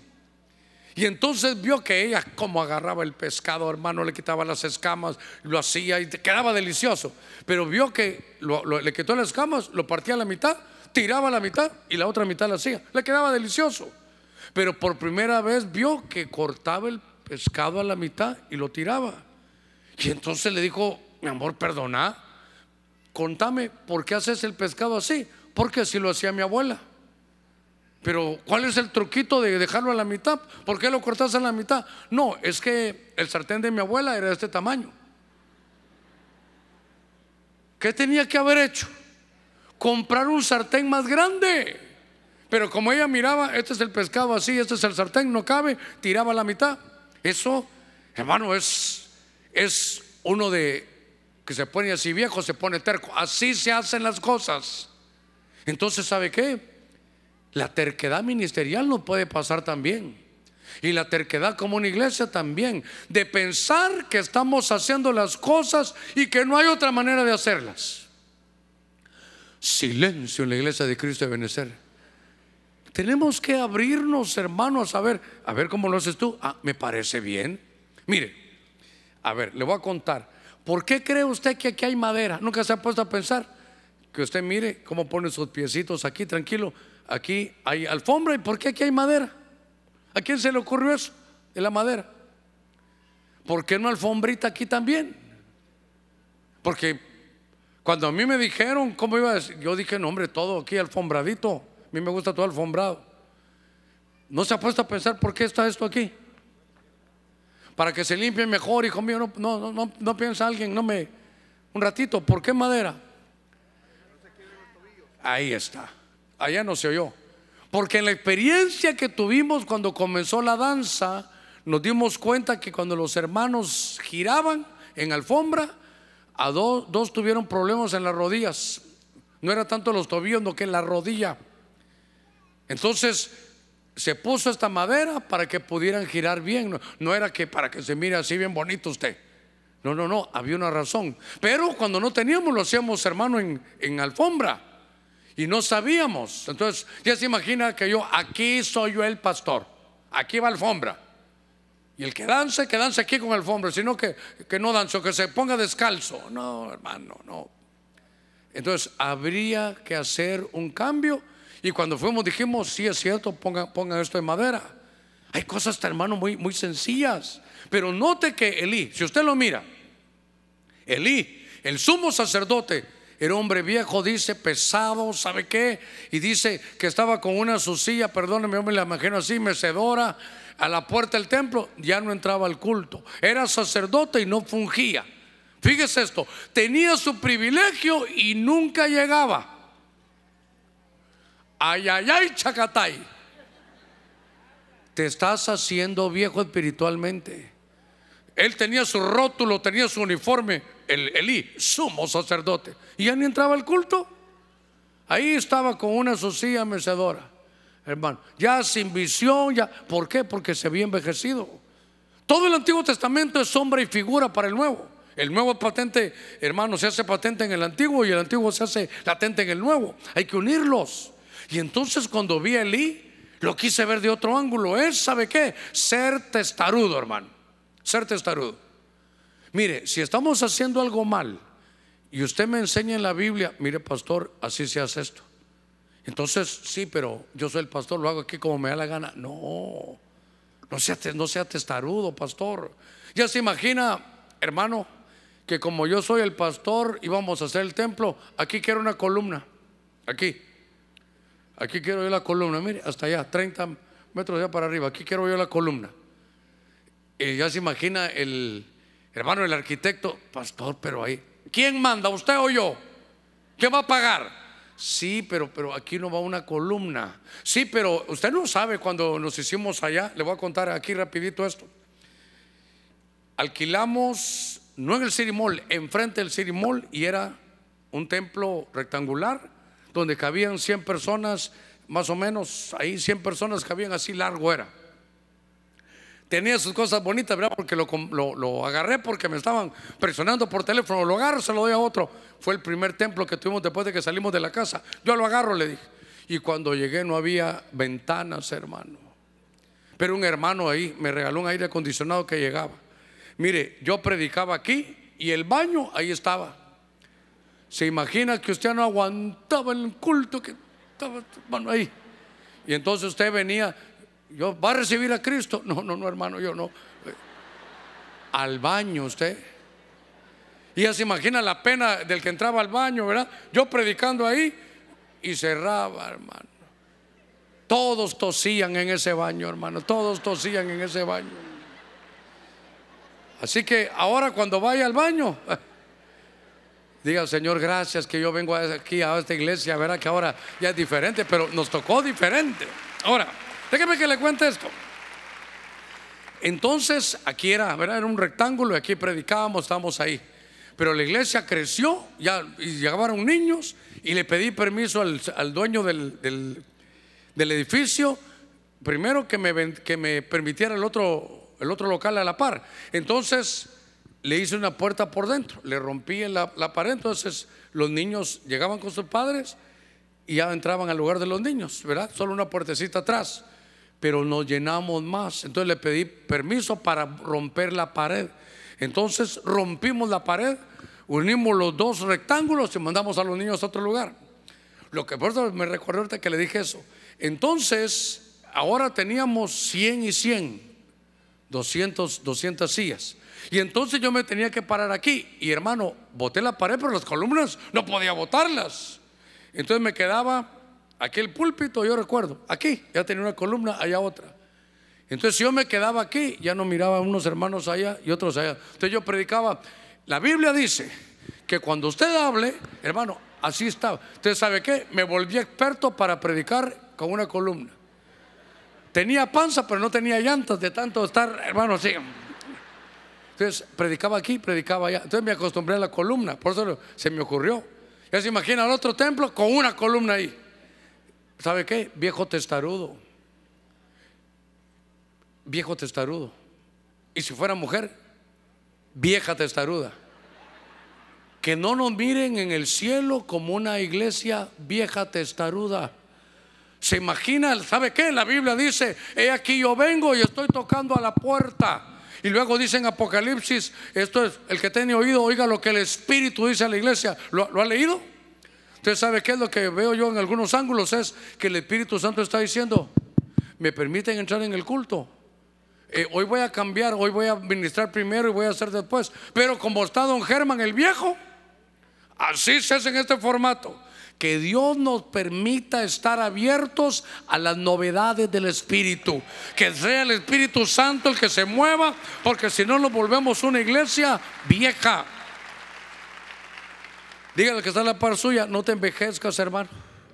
Y entonces vio que ella como agarraba el pescado, hermano, le quitaba las escamas, lo hacía y quedaba delicioso. Pero vio que lo, lo, le quitó las escamas, lo partía a la mitad, tiraba la mitad y la otra mitad la hacía. Le quedaba delicioso. Pero por primera vez vio que cortaba el pescado a la mitad y lo tiraba. Y entonces le dijo, mi amor, perdona, contame, ¿por qué haces el pescado así? Porque así lo hacía mi abuela. Pero ¿cuál es el truquito de dejarlo a la mitad? ¿Por qué lo cortas a la mitad? No, es que el sartén de mi abuela era de este tamaño. ¿Qué tenía que haber hecho? Comprar un sartén más grande. Pero como ella miraba, este es el pescado así, este es el sartén, no cabe, tiraba a la mitad. Eso, hermano, es, es uno de que se pone así viejo, se pone terco. Así se hacen las cosas. Entonces, ¿sabe qué? La terquedad ministerial no puede pasar también. Y la terquedad como una iglesia también, de pensar que estamos haciendo las cosas y que no hay otra manera de hacerlas. Silencio en la iglesia de Cristo de Benecer. Tenemos que abrirnos, hermanos, a ver, a ver cómo lo haces tú. Ah, me parece bien. Mire, a ver, le voy a contar. ¿Por qué cree usted que aquí hay madera? ¿Nunca se ha puesto a pensar? Que usted mire cómo pone sus piecitos aquí, tranquilo. Aquí hay alfombra. ¿Y por qué aquí hay madera? ¿A quién se le ocurrió eso de la madera? ¿Por qué no alfombrita aquí también? Porque cuando a mí me dijeron cómo iba a decir, yo dije, no hombre, todo aquí alfombradito. A mí me gusta todo alfombrado. ¿No se ha puesto a pensar por qué está esto aquí? Para que se limpie mejor, hijo mío. No, no, no, no, no piensa alguien, no me. Un ratito, ¿por qué madera? Ahí está. Allá no se oyó. Porque en la experiencia que tuvimos cuando comenzó la danza, nos dimos cuenta que cuando los hermanos giraban en alfombra, a dos, dos tuvieron problemas en las rodillas. No era tanto los tobillos, no que en la rodilla. Entonces se puso esta madera para que pudieran girar bien. No, no era que para que se mire así bien bonito usted. No, no, no, había una razón. Pero cuando no teníamos, lo hacíamos, hermano, en, en alfombra. Y no sabíamos. Entonces ya se imagina que yo, aquí soy yo el pastor, aquí va alfombra. Y el que dance, que dance aquí con alfombra. Sino que, que no dance, o que se ponga descalzo. No, hermano, no. Entonces habría que hacer un cambio. Y cuando fuimos dijimos, sí es cierto, pongan, pongan esto de madera. Hay cosas, hermano, muy, muy sencillas. Pero note que Elí, si usted lo mira, Elí, el sumo sacerdote, era hombre viejo, dice, pesado, ¿sabe qué? Y dice que estaba con una su silla, perdóneme, yo me la imagino así, mecedora, a la puerta del templo. Ya no entraba al culto. Era sacerdote y no fungía. Fíjese esto, tenía su privilegio y nunca llegaba. Ay, ay, ay, chacatay. Te estás haciendo viejo espiritualmente. Él tenía su rótulo, tenía su uniforme, el Elí, sumo sacerdote, y ya ni entraba al culto. Ahí estaba con una su silla mecedora. hermano, ya sin visión, ya. ¿Por qué? Porque se había envejecido. Todo el Antiguo Testamento es sombra y figura para el Nuevo. El Nuevo es patente, hermano, se hace patente en el Antiguo y el Antiguo se hace latente en el Nuevo. Hay que unirlos. Y entonces cuando vi a Elí, lo quise ver de otro ángulo. Es, ¿sabe qué? Ser testarudo, hermano. Ser testarudo. Mire, si estamos haciendo algo mal y usted me enseña en la Biblia, mire, pastor, así se hace esto. Entonces, sí, pero yo soy el pastor, lo hago aquí como me da la gana. No, no sea, no sea testarudo, pastor. Ya se imagina, hermano, que como yo soy el pastor y vamos a hacer el templo, aquí quiero una columna. Aquí, aquí quiero yo la columna. Mire, hasta allá, treinta metros allá para arriba. Aquí quiero yo la columna. Y ya se imagina el hermano, el arquitecto, pastor, pero ahí, ¿quién manda, usted o yo? ¿Quién va a pagar? Sí, pero, pero aquí no va una columna. Sí, pero usted no sabe cuando nos hicimos allá. Le voy a contar aquí rapidito esto. Alquilamos, no en el City Mall, enfrente del City Mall, y era un templo rectangular donde cabían cien personas, más o menos. Ahí cien personas cabían, así largo era. Tenía sus cosas bonitas, ¿verdad? Porque lo, lo, lo agarré porque me estaban presionando por teléfono. Lo agarro, se lo doy a otro. Fue el primer templo que tuvimos después de que salimos de la casa. Yo lo agarro, le dije. Y cuando llegué no había ventanas, hermano. Pero un hermano ahí me regaló un aire acondicionado que llegaba. Mire, yo predicaba aquí y el baño ahí estaba. Se imagina que usted no aguantaba el culto que estaba, hermano, ahí. Y entonces usted venía, yo, ¿va a recibir a Cristo? No, no, no, hermano, yo no. Al baño usted. Y ya se imagina la pena del que entraba al baño, ¿verdad? Yo predicando ahí y cerraba, hermano. Todos tosían en ese baño, hermano. Todos tosían en ese baño. Así que ahora cuando vaya al baño, diga, Señor, gracias que yo vengo aquí a esta iglesia. Verá que ahora ya es diferente, pero nos tocó diferente. Ahora, déjeme que le cuente esto. Entonces aquí era, ¿verdad? Era un rectángulo y aquí predicábamos, estábamos ahí. Pero la iglesia creció, ya y llegaron niños, y le pedí permiso al, al dueño del, del, del edificio, primero que me, que me permitiera el otro, el otro local a la par. Entonces le hice una puerta por dentro, le rompí la, la pared. Entonces los niños llegaban con sus padres y ya entraban al lugar de los niños, ¿verdad? Solo una puertecita atrás. Pero nos llenamos más. Entonces le pedí permiso para romper la pared. Entonces rompimos la pared, unimos los dos rectángulos y mandamos a los niños a otro lugar. Lo que por eso me recordé ahorita que le dije eso. Entonces ahora teníamos cien y cien, doscientas sillas. Y entonces yo me tenía que parar aquí. Y hermano, boté la pared, pero las columnas no podía botarlas. Entonces me quedaba aquí el púlpito, yo recuerdo, aquí ya tenía una columna, allá otra. Entonces si yo me quedaba aquí, ya no miraba a unos hermanos allá y otros allá. Entonces yo predicaba. La Biblia dice que cuando usted hable, hermano, así estaba. Entonces, ¿sabe qué? Me volví experto para predicar con una columna. Tenía panza, pero no tenía llantas de tanto estar, hermano, así. Entonces predicaba aquí, predicaba allá. Entonces me acostumbré a la columna. Por eso se me ocurrió. Ya se imagina el otro templo con una columna ahí. ¿Sabe qué? Viejo testarudo. Viejo testarudo. Y si fuera mujer, vieja testaruda. Que no nos miren en el cielo como una iglesia vieja testaruda. Se imagina, ¿sabe qué? La Biblia dice: he aquí yo vengo y estoy tocando a la puerta. Y luego dice en Apocalipsis, esto es, el que tiene oído, oiga lo que el Espíritu dice a la iglesia. ¿Lo, lo ha leído? Entonces, ¿sabe qué es lo que veo yo en algunos ángulos? Es que el Espíritu Santo está diciendo: ¿me permiten entrar en el culto? Eh, hoy voy a cambiar, hoy voy a ministrar primero y voy a hacer después. Pero como está don Germán el viejo, así se hace en este formato. Que Dios nos permita estar abiertos a las novedades del Espíritu. Que sea el Espíritu Santo el que se mueva, porque si no nos volvemos una iglesia vieja. Dígale que está en la par suya: no te envejezcas, hermano.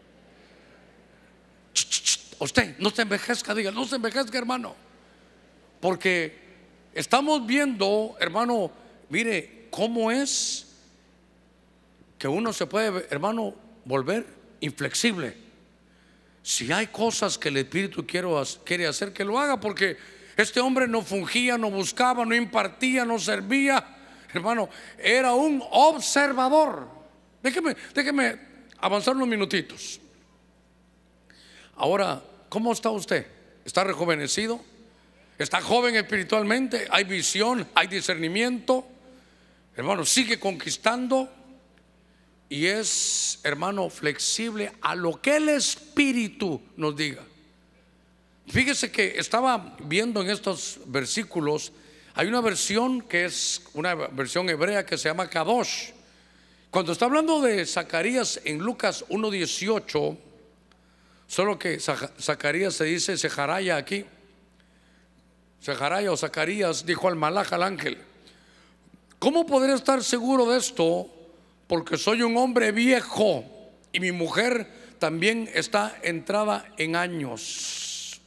Ch, ch, ch, usted, no te envejezca, dígale, no se envejezca, hermano. Porque estamos viendo, hermano, mire cómo es que uno se puede, hermano, volver inflexible. si hay cosas que el Espíritu quiero, quiere hacer, que lo haga, porque este hombre no fungía, no buscaba, no impartía, no servía, hermano, era un observador. Déjeme, déjeme avanzar unos minutitos. Ahora, ¿cómo está usted? ¿Está rejuvenecido? ¿Está joven espiritualmente? ¿Hay visión? ¿Hay discernimiento? Hermano, sigue conquistando y es, hermano, flexible a lo que el Espíritu nos diga. Fíjese que estaba viendo en estos versículos, hay una versión que es una versión hebrea que se llama Kadosh. Cuando está hablando de Zacarías en Lucas uno dieciocho, solo que Zacarías se dice Sejaraya aquí. Sejaraya o Zacarías dijo al malaj, al ángel: ¿cómo podré estar seguro de esto? Porque soy un hombre viejo y mi mujer también está entrada en años.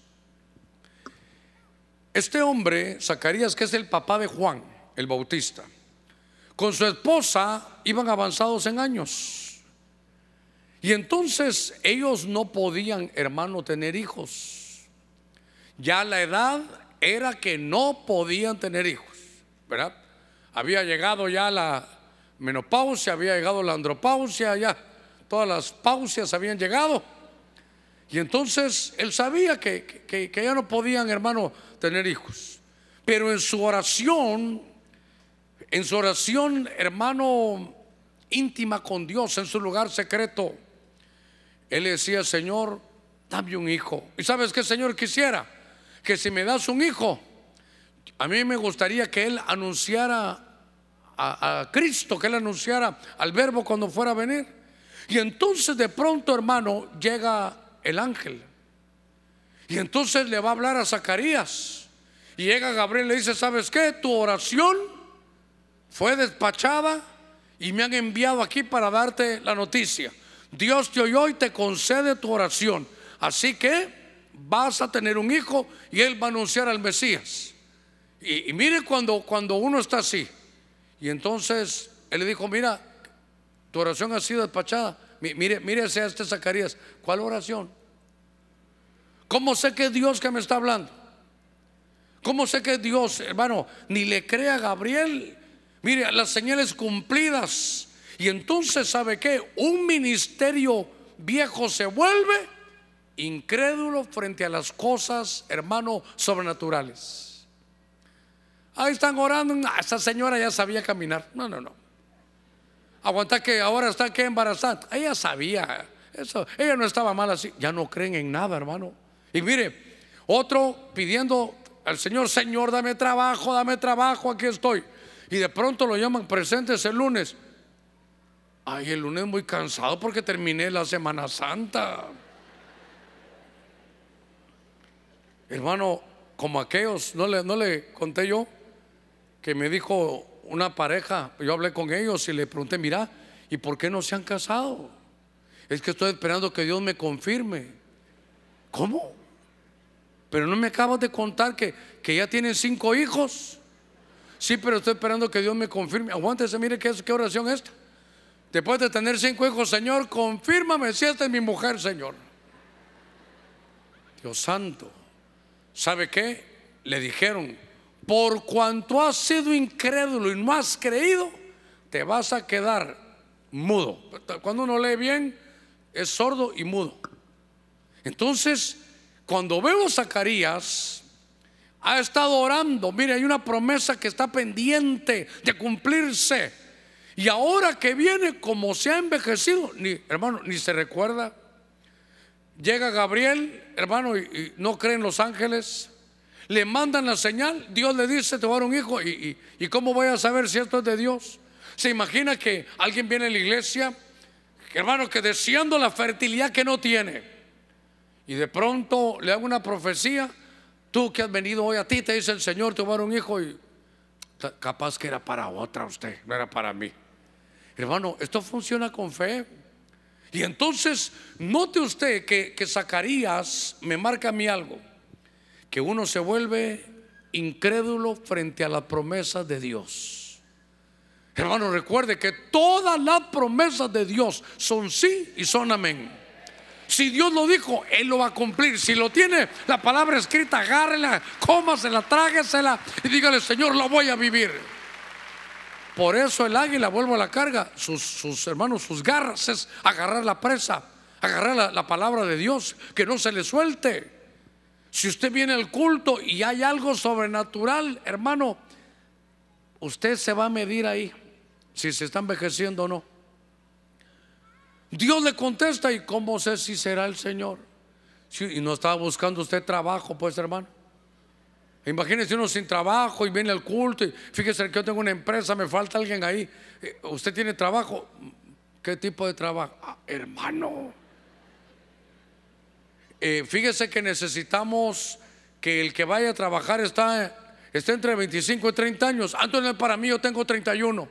Este hombre, Zacarías, que es el papá de Juan el Bautista, con su esposa iban avanzados en años. Y entonces ellos no podían, hermano, tener hijos. Ya la edad era que no podían tener hijos, ¿verdad? Había llegado ya la menopausia, había llegado la andropausia, ya todas las pausias habían llegado. Y entonces él sabía que, que, que ya no podían, hermano, tener hijos. Pero en su oración, en su oración, hermano, íntima con Dios, en su lugar secreto, él le decía: Señor, dame un hijo. ¿Y sabes qué, Señor? Quisiera que si me das un hijo, a mí me gustaría que él anunciara a, a Cristo, que él anunciara al Verbo cuando fuera a venir. Y entonces de pronto, hermano, llega el ángel y entonces le va a hablar a Zacarías. Y llega Gabriel y le dice: ¿sabes qué? Tu oración fue despachada y me han enviado aquí para darte la noticia. Dios te oyó y te concede tu oración, así que vas a tener un hijo y él va a anunciar al Mesías. Y, y mire cuando, cuando uno está así. Y entonces él le dijo: mira, tu oración ha sido despachada. Mire, mírese a este Zacarías. ¿Cuál oración? ¿Cómo sé que es Dios que me está hablando? ¿Cómo sé que es Dios, hermano? Ni le crea a Gabriel. Mire, las señales cumplidas. Y entonces, ¿sabe qué? Un ministerio viejo se vuelve incrédulo frente a las cosas, hermano, sobrenaturales. Ahí están orando. Esta señora ya sabía caminar. No, no, no. Aguanta que ahora está que embarazada. Ella sabía eso. Ella no estaba mal así. Ya no creen en nada, hermano. Y mire, otro pidiendo al Señor: Señor, dame trabajo, dame trabajo, aquí estoy. Y de pronto lo llaman: presentes el lunes. Ay, el lunes muy cansado porque terminé la Semana Santa. Hermano, como aquellos, no le, no le conté yo que me dijo una pareja, yo hablé con ellos y le pregunté: mira, ¿y por qué no se han casado? Es que estoy esperando que Dios me confirme. ¿Cómo? Pero no me acabas de contar que, que ya tienen cinco hijos. Sí, pero estoy esperando que Dios me confirme. Aguántese, mire qué, qué oración es esta. Después de tener cinco hijos: Señor, confírmame si esta es mi mujer, Señor. Dios santo. ¿Sabe qué? Le dijeron: por cuanto has sido incrédulo y no has creído, te vas a quedar mudo. Cuando uno lee bien, es sordo y mudo. Entonces, cuando veo a Zacarías, ha estado orando. Mire, hay una promesa que está pendiente de cumplirse. Y ahora que viene, como se ha envejecido, ni, hermano, ni se recuerda. Llega Gabriel, hermano, y, y no creen los ángeles. Le mandan la señal. Dios le dice: te va a dar un hijo. Y, y, y ¿cómo voy a saber si esto es de Dios? Se imagina que alguien viene a la iglesia, hermano, que deseando la fertilidad que no tiene, y de pronto le hago una profecía: tú que has venido hoy, a ti te dice el Señor, te va a dar un hijo. Y capaz que era para otra usted, no era para mí. Hermano, esto funciona con fe. Y entonces note usted que, que Zacarías me marca a mí algo: que uno se vuelve incrédulo frente a las promesas de Dios. Hermano, recuerde que todas las promesas de Dios son sí y son amén. Si Dios lo dijo, Él lo va a cumplir. Si lo tiene la palabra escrita, agárrela, cómasela, tráguesela y dígale: Señor, lo voy a vivir. Por eso el águila, vuelvo a la carga, sus, sus hermanos, sus garras es agarrar la presa, agarrar la, la palabra de Dios, que no se le suelte. Si usted viene al culto y hay algo sobrenatural, hermano, usted se va a medir ahí si se está envejeciendo o no. Dios le contesta: ¿y cómo sé si será el Señor? Si, y no estaba buscando usted trabajo, pues, hermano. Imagínese uno sin trabajo y viene al culto y fíjese que yo tengo una empresa, me falta alguien ahí. ¿Usted tiene trabajo? ¿Qué tipo de trabajo? Ah, hermano, eh, fíjese que necesitamos que el que vaya a trabajar está, está entre veinticinco y treinta años. Entonces para mí yo tengo treinta y uno.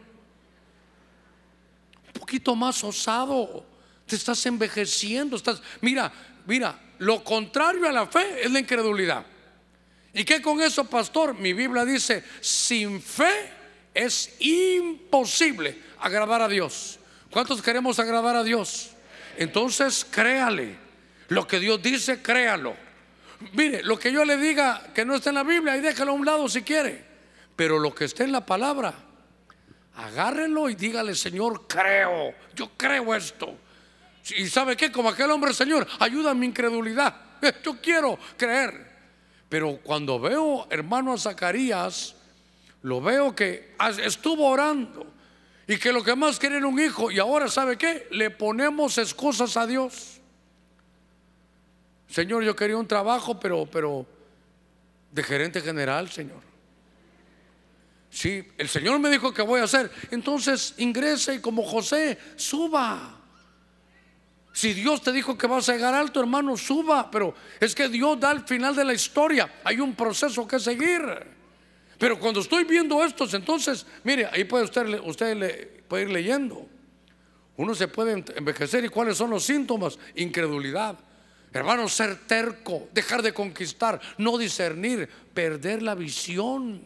Un poquito más osado. Te estás envejeciendo, estás, mira, mira, lo contrario a la fe es la incredulidad. ¿Y qué con eso, pastor? Mi Biblia dice: sin fe es imposible agradar a Dios. ¿Cuántos queremos agradar a Dios? Entonces créale. Lo que Dios dice, créalo. Mire, lo que yo le diga que no está en la Biblia, ahí déjalo a un lado si quiere. Pero lo que esté en la palabra, agárrelo y dígale: Señor, creo, yo creo esto. Y ¿sabe qué? Como aquel hombre: Señor, ayuda a mi incredulidad, yo quiero creer. Pero cuando veo, hermano, a Zacarías, lo veo que estuvo orando y que lo que más quería era un hijo. Y ahora, ¿sabe qué? Le ponemos excusas a Dios. Señor, yo quería un trabajo, pero, pero de gerente general, Señor. Sí, el Señor me dijo que voy a hacer. Entonces ingrese y como José, suba. Si Dios te dijo que vas a llegar alto, hermano, suba. Pero es que Dios da al final de la historia, hay un proceso que seguir. Pero cuando estoy viendo estos, entonces, mire, ahí puede usted, usted le, puede ir leyendo. Uno se puede envejecer. ¿Y cuáles son los síntomas? Incredulidad, hermano, ser terco, dejar de conquistar, no discernir, perder la visión.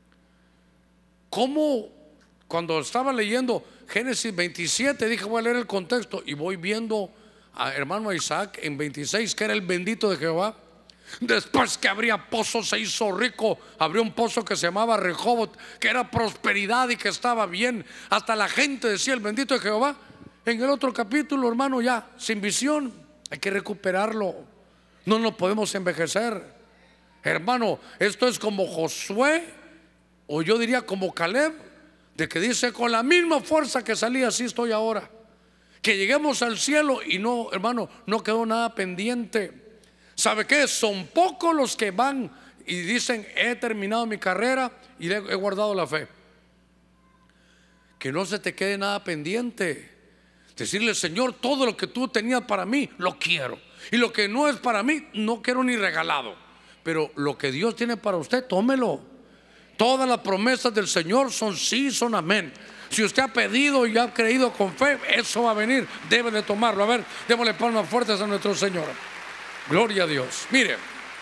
¿Cómo? Cuando estaba leyendo Génesis veintisiete, dije: voy a leer el contexto, y voy viendo a hermano Isaac en veintiséis, que era el bendito de Jehová. Después que abría pozos, se hizo rico. Abrió un pozo que se llamaba Rehobot, que era prosperidad y que estaba bien. Hasta la gente decía: el bendito de Jehová. En el otro capítulo, hermano, ya sin visión. Hay que recuperarlo. No nos podemos envejecer, hermano. Esto es como Josué, o yo diría como Caleb, de que dice: con la misma fuerza que salí, así estoy ahora. Que lleguemos al cielo y no, hermano, no quedó nada pendiente. ¿Sabe qué? Son pocos los que van y dicen: he terminado mi carrera y he guardado la fe. Que no se te quede nada pendiente. Decirle: Señor, todo lo que tú tenías para mí, lo quiero. Y lo que no es para mí, no quiero ni regalado. Pero lo que Dios tiene para usted, tómelo. Todas las promesas del Señor son sí, son amén. Si usted ha pedido y ha creído con fe, eso va a venir, debe de tomarlo. A ver, démosle palmas fuertes a nuestro Señor. Gloria a Dios. Mire,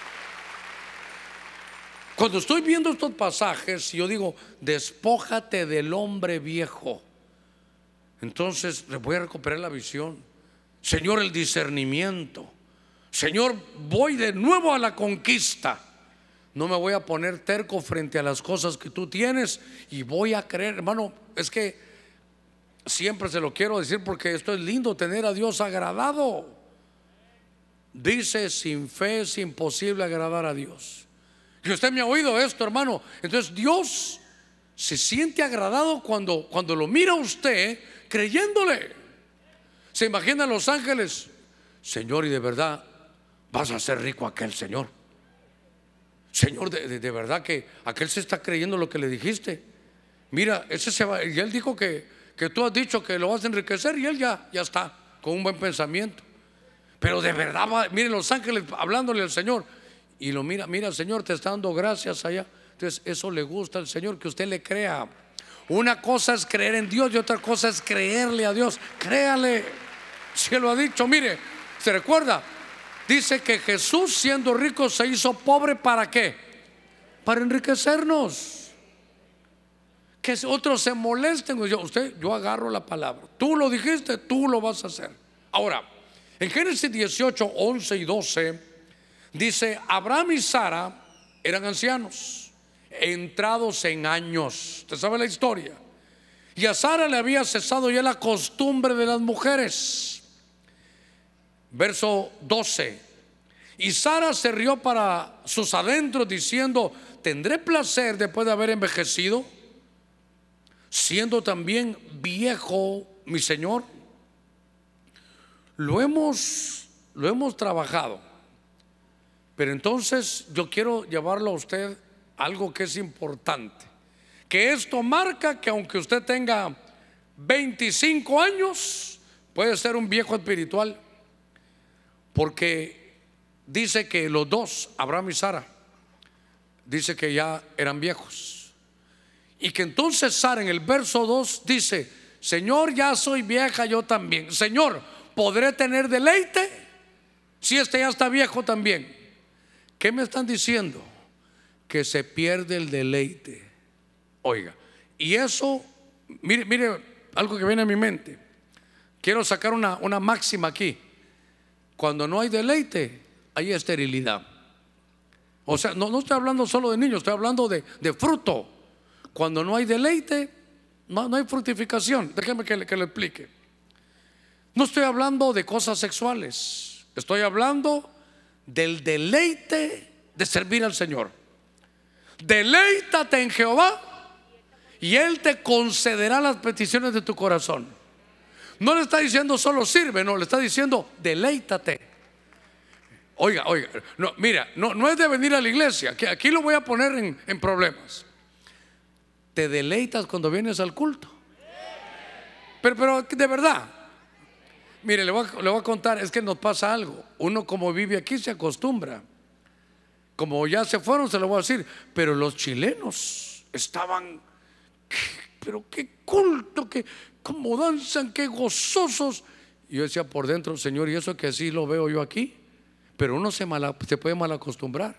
cuando estoy viendo estos pasajes, yo digo: despójate del hombre viejo. Entonces le voy a recuperar la visión. Señor, el discernimiento. Señor, voy de nuevo a la conquista. No me voy a poner terco frente a las cosas que tú tienes y voy a creer, hermano. Es que siempre se lo quiero decir porque esto es lindo, tener a Dios agradado. Dice: sin fe es imposible agradar a Dios. Y usted me ha oído esto, hermano. Entonces Dios se siente agradado cuando, cuando lo mira a usted creyéndole. Se imagina a los ángeles: Señor, y de verdad vas a ser rico aquel, Señor. Señor, de, de, de verdad que aquel se está creyendo lo que le dijiste. Mira, ese se va. Y él dijo que, que tú has dicho que lo vas a enriquecer, y él ya, ya está con un buen pensamiento. Pero de verdad va, miren los ángeles hablándole al Señor. Y lo mira: mira, Señor, te está dando gracias allá. Entonces eso le gusta al Señor, que usted le crea. Una cosa es creer en Dios y otra cosa es creerle a Dios. Créale, si Él lo ha dicho. Mire, ¿se recuerda? Dice que Jesús, siendo rico, se hizo pobre. ¿Para qué? Para enriquecernos. Que otros se molesten. Yo, usted, yo agarro la palabra. Tú lo dijiste, tú lo vas a hacer. Ahora, En Génesis dieciocho, once y doce dice: Abraham y Sara eran ancianos, entrados en años. Usted sabe la historia. Y a Sara le había cesado ya la costumbre de las mujeres. Verso doce: y Sara se rió para sus adentros diciendo: ¿tendré placer después de haber envejecido, siendo también viejo mi señor? Lo hemos, lo hemos trabajado, pero entonces yo quiero llevarlo a usted a algo que es importante, que esto marca que aunque usted tenga veinticinco años, puede ser un viejo espiritual, porque dice que los dos, Abraham y Sara, dice que ya eran viejos, y que entonces Sara en el verso dos dice: Señor, ya soy vieja yo también. Señor, ¿podré tener deleite si este ya está viejo también? ¿Qué me están diciendo? Que se pierde el deleite. Oiga, y eso, mire, mire algo que viene a mi mente. Quiero sacar una, una máxima aquí. Cuando no hay deleite, hay esterilidad. O sea, no, no estoy hablando solo de niños, estoy hablando de, de fruto. Cuando no hay deleite, no, no hay fructificación. Déjeme que le, que le explique. No estoy hablando de cosas sexuales, estoy hablando del deleite de servir al Señor. Deleítate en Jehová y Él te concederá las peticiones de tu corazón. No le está diciendo solo sirve, no, le está diciendo deleítate. Oiga, oiga, no, mira, no, no es de venir a la iglesia, que aquí lo voy a poner en, en problemas. Te deleitas cuando vienes al culto. Pero, pero de verdad, mire, le voy, a, le voy a contar, es que nos pasa algo. Uno como vive aquí se acostumbra. Como ya se fueron, se lo voy a decir. Pero los chilenos estaban, pero qué culto, que cómo danzan, qué gozosos. Y yo decía por dentro: Señor, y eso que así lo veo yo aquí. Pero uno se, mal, se puede mal acostumbrar.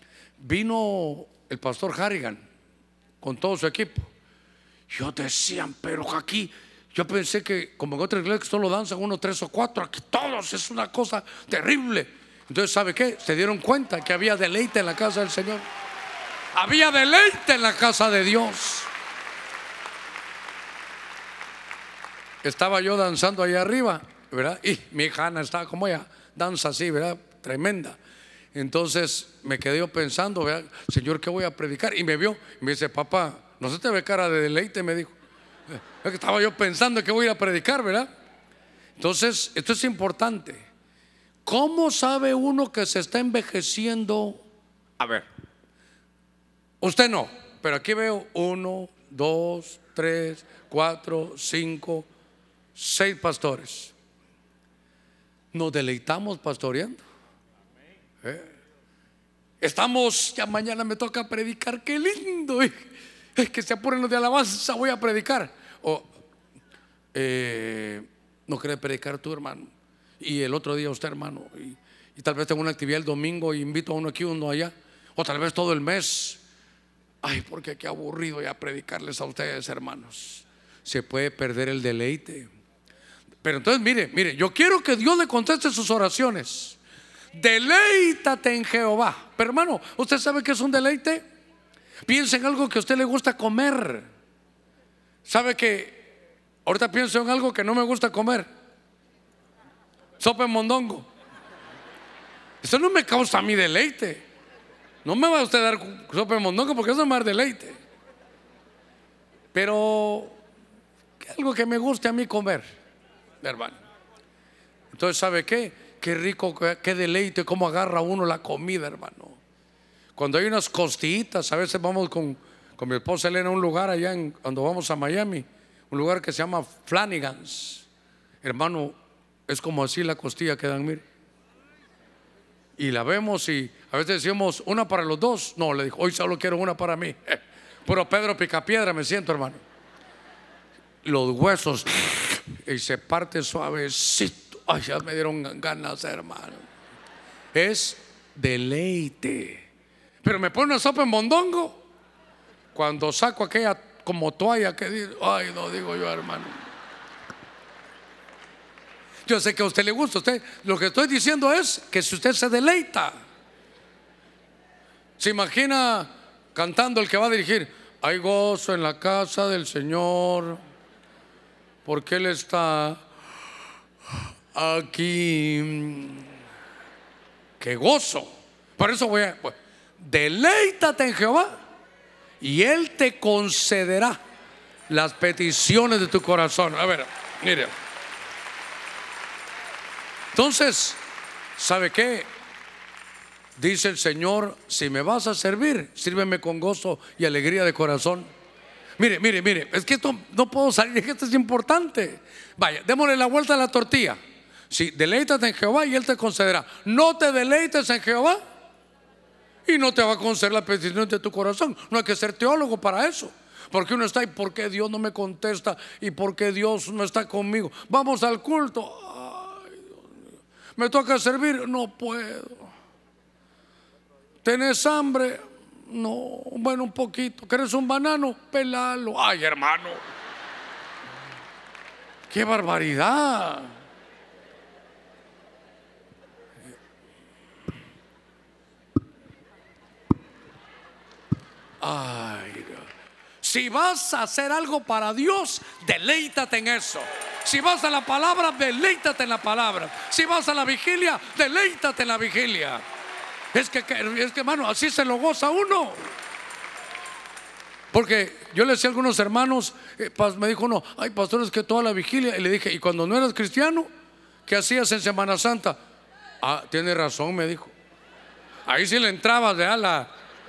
Vino el pastor Harrigan con todo su equipo. Yo decían, pero aquí, yo pensé que como en otras iglesias solo danzan uno, tres o cuatro, aquí todos, es una cosa terrible. Entonces, ¿sabe qué? Se dieron cuenta que había deleite en la casa del Señor. Había deleite en la casa de Dios. Estaba yo danzando allá arriba, ¿verdad? Y mi hija Ana estaba como ella, danza así, ¿verdad? Tremenda. Entonces me quedé yo pensando, ¿verdad? Señor, ¿qué voy a predicar? Y me vio y me dice: papá, no se te ve cara de deleite, me dijo. Estaba yo pensando que voy a ir a predicar, ¿verdad? Entonces, esto es importante. ¿Cómo sabe uno que se está envejeciendo? A ver, usted no, pero aquí veo uno, dos, tres, cuatro, cinco, seis pastores. Nos deleitamos pastoreando. ¿Eh? Estamos, ya mañana me toca predicar, qué lindo. Es que se apuren los de alabanza, voy a predicar. O eh, no quiere predicar tú, hermano, y el otro día usted, hermano, y, y tal vez tengo una actividad el domingo y invito a uno aquí, uno allá, o tal vez todo el mes. Ay, porque qué aburrido ya predicarles a ustedes, hermanos. Se puede perder el deleite. Pero entonces mire, mire, yo quiero que Dios le conteste sus oraciones. Deleítate en Jehová. Pero hermano, ¿usted sabe qué es un deleite? Piensa en algo que a usted le gusta comer. ¿Sabe que ahorita pienso en algo que no me gusta comer? Sopa en mondongo. Eso no me causa a mí deleite. No me va a usted a dar sopa en mondongo porque eso es más deleite. Pero algo que me guste a mí comer, hermano. Entonces, ¿sabe qué? Qué rico, qué deleite, cómo agarra uno la comida, hermano. Cuando hay unas costillitas, a veces vamos con, con mi esposa Elena a un lugar allá en, cuando vamos a Miami, un lugar que se llama Flanagan's. Hermano, es como así la costilla que dan, mire. Y la vemos y a veces decimos una para los dos. No, le dijo, hoy solo quiero una para mí. Puro Pedro Picapiedra me siento, hermano. Los huesos y se parte suavecito. Ay, ya me dieron ganas, hermano. Es deleite. Pero me pone una sopa en mondongo. Cuando saco aquella como toalla que digo, ay, no digo yo, hermano. Yo sé que a usted le gusta. Usted, lo que estoy diciendo es que si usted se deleita, se imagina cantando el que va a dirigir: hay gozo en la casa del Señor, porque Él está aquí. ¡Qué gozo! Por eso voy a... pues, deleítate en Jehová y Él te concederá las peticiones de tu corazón. A ver, mire. Entonces, ¿sabe qué? Dice el Señor: si me vas a servir, sírveme con gozo y alegría de corazón. Mire, mire, mire, es que esto no puedo salir, es que esto es importante. Vaya, démosle la vuelta a la tortilla. Si deleítate en Jehová y Él te concederá. No te deleites en Jehová y no te va a conceder la petición de tu corazón. No hay que ser teólogo para eso. Porque uno está: ¿y por qué Dios no me contesta? ¿Y por qué Dios no está conmigo? Vamos al culto. Ay, Dios mío. Me toca servir, no puedo. ¿Tenés hambre? No, bueno, un poquito. ¿Querés un banano? Pelalo. Ay, hermano, qué barbaridad. Ay, Dios. Si vas a hacer algo para Dios, deleítate en eso. Si vas a la palabra, deleítate en la palabra. Si vas a la vigilia, deleítate en la vigilia. Es que, es que hermano, así se lo goza uno. Porque yo le decía a algunos hermanos, eh, me dijo uno: ay, pastor, es que toda la vigilia. Y le dije: ¿y cuando no eras cristiano, qué hacías en Semana Santa? Ah, tiene razón, me dijo. Ahí sí le entrabas de ala.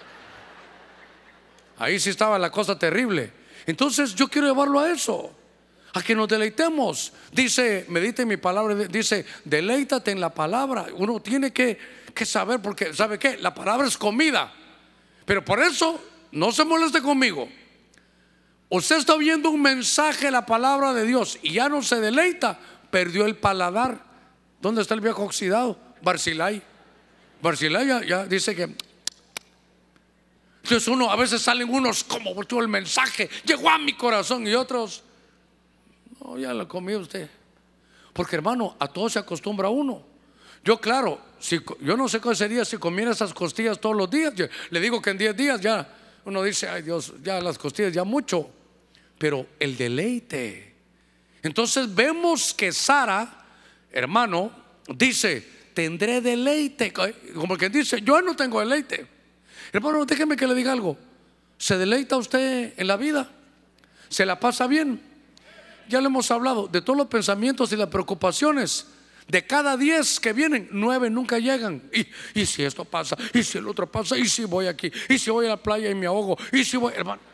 Ahí sí estaba la cosa terrible. Entonces yo quiero llevarlo a eso, a que nos deleitemos. Dice, medite mi palabra. Dice, deleítate en la palabra. Uno tiene que, que saber, porque ¿sabe qué? La palabra es comida. Pero por eso no se moleste conmigo. Usted está oyendo un mensaje de la palabra de Dios y ya no se deleita, perdió el paladar. ¿Dónde está el viejo oxidado? Barzilai. Barzilai ya, ya dice que... Entonces uno, a veces salen unos como volteó el mensaje, llegó a mi corazón, y otros, no, ya lo comió usted. Porque hermano, a todo se acostumbra uno. Yo claro, si, yo no sé qué sería si comiera esas costillas todos los días. Yo, le digo que en diez días ya uno dice: ay Dios, ya las costillas ya mucho. Pero el deleite. Entonces vemos que Sara, hermano, dice: tendré deleite. Como que dice: yo no tengo deleite. Hermano, déjeme que le diga algo. ¿Se deleita usted en la vida? ¿Se la pasa bien? Ya le hemos hablado de todos los pensamientos y las preocupaciones. De cada diez que vienen, nueve nunca llegan. Y, y si esto pasa, y si el otro pasa, y si voy aquí, y si voy a la playa y me ahogo, y si voy, hermano,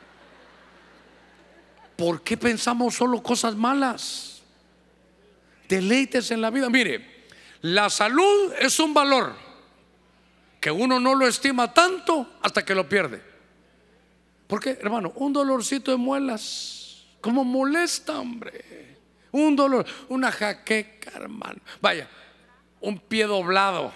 ¿por qué pensamos solo cosas malas? Deleites en la vida. Mire, la salud es un valor que uno no lo estima tanto hasta que lo pierde. ¿Por qué, hermano? Un dolorcito de muelas, ¿cómo molesta, hombre? Un dolor, una jaqueca, hermano. Vaya, un pie doblado,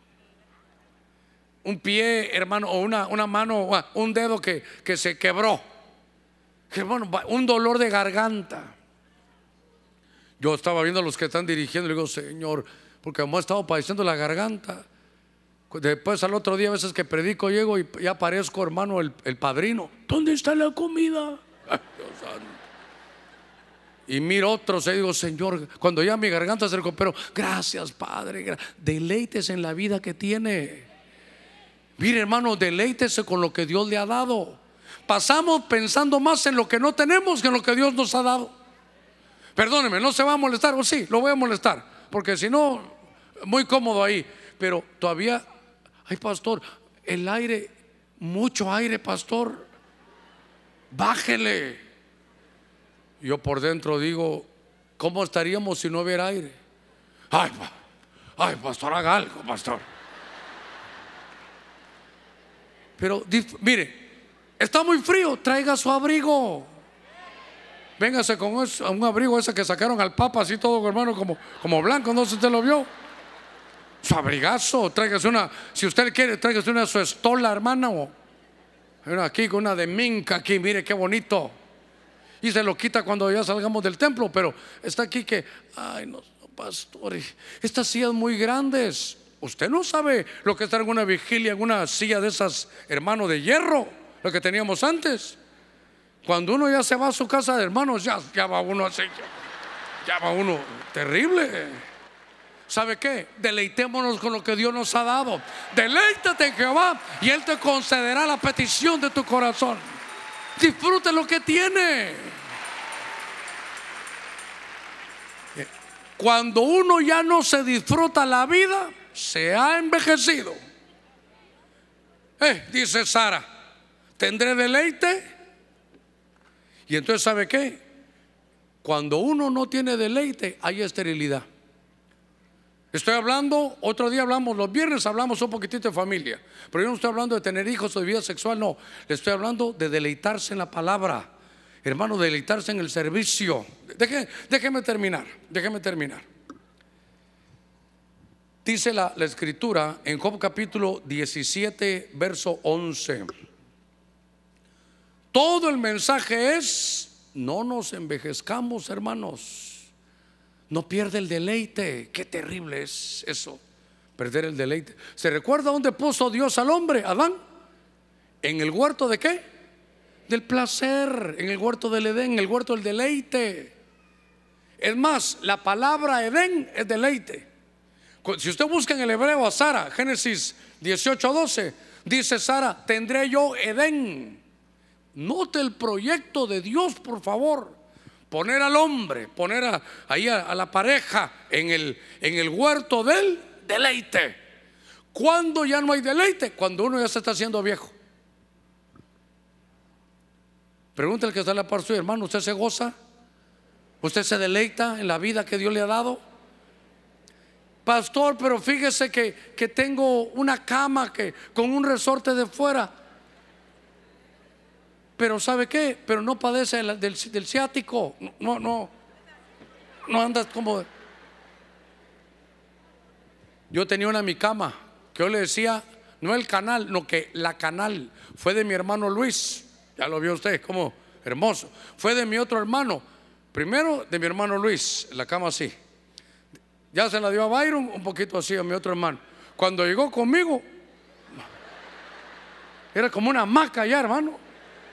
un pie, hermano, o una, una mano, un dedo que, que se quebró, hermano, un dolor de garganta. Yo estaba viendo a los que están dirigiendo y le digo: Señor, porque hemos estado padeciendo la garganta. Después al otro día, a veces que predico, llego y ya aparezco, hermano, el, el padrino. ¿Dónde está la comida? Ay, Dios santo. Y miro otros y digo: Señor, cuando ya mi garganta se recuperó, gracias Padre, deléitese en la vida que tiene. Mire, hermano, deleítese con lo que Dios le ha dado. Pasamos pensando más en lo que no tenemos que en lo que Dios nos ha dado. Perdóneme, no se va a molestar, o sí, lo voy a molestar, porque si no, muy cómodo ahí. Pero todavía, ay pastor, el aire, mucho aire, pastor, bájele. Yo por dentro digo: ¿cómo estaríamos si no hubiera aire? Ay, ay pastor, haga algo, pastor. Pero mire, está muy frío, traiga su abrigo. Véngase con un abrigo ese que sacaron al Papa, así todo, hermano, como, como blanco, no sé si usted lo vio. Su abrigazo, tráigase una, si usted quiere, tráigase una su estola, hermano. Aquí con una de minca, aquí, mire qué bonito. Y se lo quita cuando ya salgamos del templo, pero está aquí que, ay, no, pastor, estas sillas muy grandes. Usted no sabe lo que está en una vigilia, en una silla de esas, hermano, de hierro, lo que teníamos antes. Cuando uno ya se va a su casa de hermanos, ya, ya va uno así, ya, ya va uno terrible. ¿Sabe qué? Deleitémonos con lo que Dios nos ha dado. Deleítate en Jehová y Él te concederá la petición de tu corazón. Disfrute lo que tiene. Cuando uno ya no se disfruta la vida, se ha envejecido. Eh, dice Sara, tendré deleite. Y entonces, ¿sabe qué? Cuando uno no tiene deleite, hay esterilidad. Estoy hablando, otro día hablamos, los viernes hablamos un poquitito de familia, pero yo no estoy hablando de tener hijos o de vida sexual, no. Le estoy hablando de deleitarse en la palabra, hermano, deleitarse en el servicio. Deje, déjeme terminar, déjeme terminar. Dice la, la escritura en Job capítulo diecisiete, verso once. Todo el mensaje es: no nos envejezcamos, hermanos. No pierde el deleite. Qué terrible es eso, perder el deleite. ¿Se recuerda dónde puso Dios al hombre, Adán? ¿En el huerto de qué? Del placer, en el huerto del Edén, en el huerto del deleite. Es más, la palabra Edén es deleite. Si usted busca en el hebreo a Sara, Génesis dieciocho, doce, dice Sara: tendré yo Edén. Note el proyecto de Dios, por favor. Poner al hombre, poner a, ahí a, a la pareja en el, en el huerto del deleite. ¿Cuándo ya no hay deleite? Cuando uno ya se está haciendo viejo. Pregúntale al que está a la par suya: hermano, ¿usted se goza? ¿Usted se deleita en la vida que Dios le ha dado? Pastor, pero fíjese que, que tengo una cama que, con un resorte de fuera. Pero ¿sabe qué? Pero no padece del, del, del ciático. No, no, no andas como. Yo tenía una en mi cama que yo le decía, no el canal, no, que la canal fue de mi hermano Luis. Ya lo vio usted, como hermoso. Fue de mi otro hermano. Primero de mi hermano Luis, la cama así. Ya se la dio a Byron, un poquito así a mi otro hermano. Cuando llegó conmigo, era como una hamaca ya, hermano.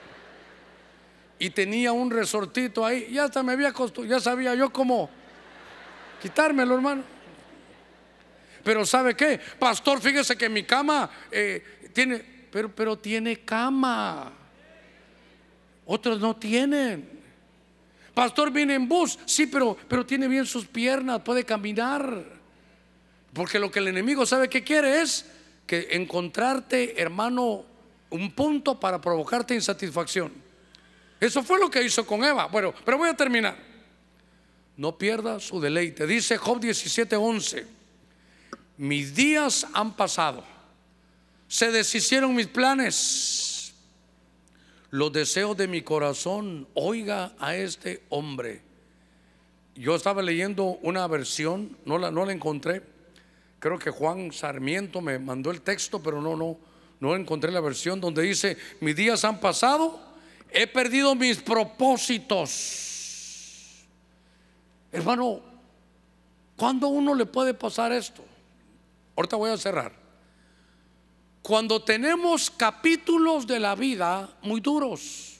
Y tenía un resortito ahí. Ya hasta me había acostumbrado, ya sabía yo cómo quitármelo, hermano. Pero ¿sabe qué? Pastor, fíjese que mi cama eh, tiene, pero, pero tiene cama. Otros no tienen. Pastor, viene en bus. Sí, pero, pero tiene bien sus piernas, puede caminar. Porque lo que el enemigo sabe que quiere es que encontrarte, hermano, un punto para provocarte insatisfacción. Eso fue lo que hizo con Eva. Bueno, pero voy a terminar. No pierda su deleite. Dice Job diecisiete, once: mis días han pasado, se deshicieron mis planes, los deseos de mi corazón. Oiga a este hombre. Yo estaba leyendo una versión, no la, no la encontré. Creo que Juan Sarmiento me mandó el texto, pero no, no, no encontré la versión donde dice: mis días han pasado, he perdido mis propósitos. Hermano, ¿cuándo a uno le puede pasar esto? Ahorita voy a cerrar. Cuando tenemos capítulos de la vida muy duros.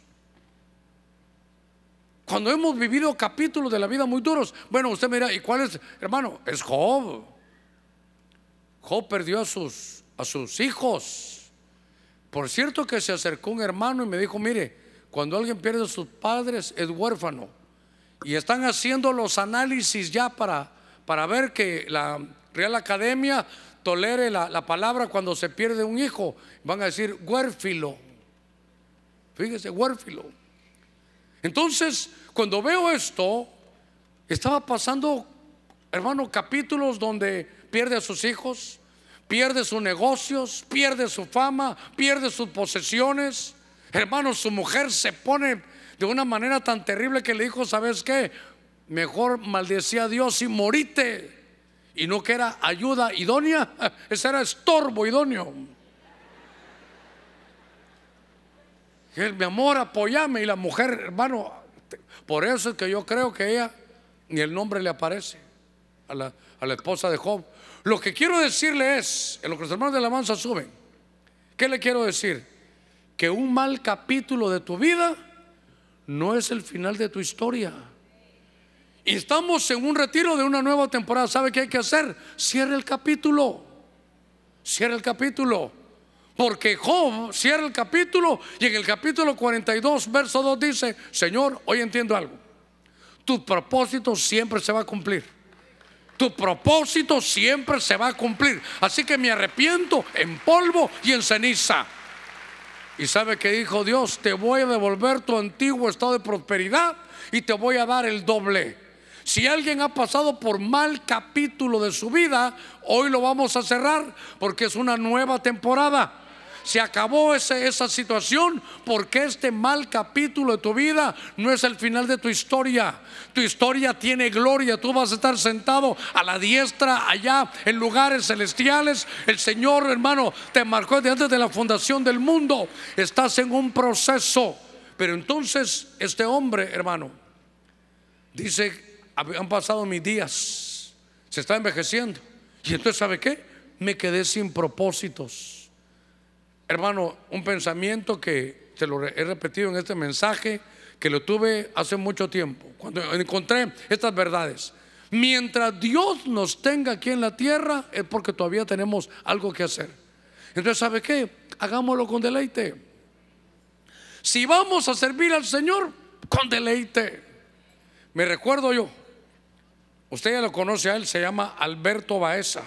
Cuando hemos vivido capítulos de la vida muy duros. Bueno, usted mira, ¿y cuál es? Hermano, es Job. Job perdió a sus, a sus hijos. Por cierto que se acercó un hermano y me dijo: mire, cuando alguien pierde a sus padres es huérfano. Y están haciendo los análisis ya para, para ver que la Real Academia tolere la, la palabra cuando se pierde un hijo. Van a decir huérfilo. Fíjese, huérfilo. Entonces, cuando veo esto, estaba pasando, hermano, capítulos donde pierde a sus hijos, pierde sus negocios, pierde su fama, pierde sus posesiones. Hermano, su mujer se pone de una manera tan terrible que le dijo: ¿sabes qué? Mejor maldecía a Dios y morite. Y no que era ayuda idónea, ese era estorbo idóneo. Él, mi amor, apóyame. Y la mujer, hermano, por eso es que yo creo que ella ni el nombre le aparece. a la, a la esposa de Job. Lo que quiero decirle es, en lo que los hermanos de alabanza suben, ¿qué le quiero decir? Que un mal capítulo de tu vida no es el final de tu historia. Y estamos en un retiro de una nueva temporada. ¿Sabe qué hay que hacer? Cierra el capítulo. Cierra el capítulo. Porque Job cierra el capítulo y en el capítulo cuarenta y dos, verso dos dice: Señor, hoy entiendo algo. Tu propósito siempre se va a cumplir. Tu propósito siempre se va a cumplir. Así que me arrepiento en polvo y en ceniza. ¿Y sabe qué dijo Dios? Te voy a devolver tu antiguo estado de prosperidad y te voy a dar el doble. Si alguien ha pasado por mal capítulo de su vida, hoy lo vamos a cerrar porque es una nueva temporada. Se acabó ese, esa situación, porque este mal capítulo de tu vida no es el final de tu historia. Tu historia tiene gloria. Tú vas a estar sentado a la diestra allá en lugares celestiales. El Señor, hermano, te marcó desde antes de la fundación del mundo. Estás en un proceso. Pero entonces este hombre, hermano, dice: han pasado mis días, se está envejeciendo. Y entonces, ¿sabe qué? Me quedé sin propósitos. Hermano, un pensamiento que te lo he repetido en este mensaje, que lo tuve hace mucho tiempo, cuando encontré estas verdades. Mientras Dios nos tenga aquí en la tierra, es porque todavía tenemos algo que hacer. Entonces, ¿sabe qué? Hagámoslo con deleite. Si vamos a servir al Señor, con deleite. Me recuerdo yo, usted ya lo conoce a él, se llama Alberto Baeza.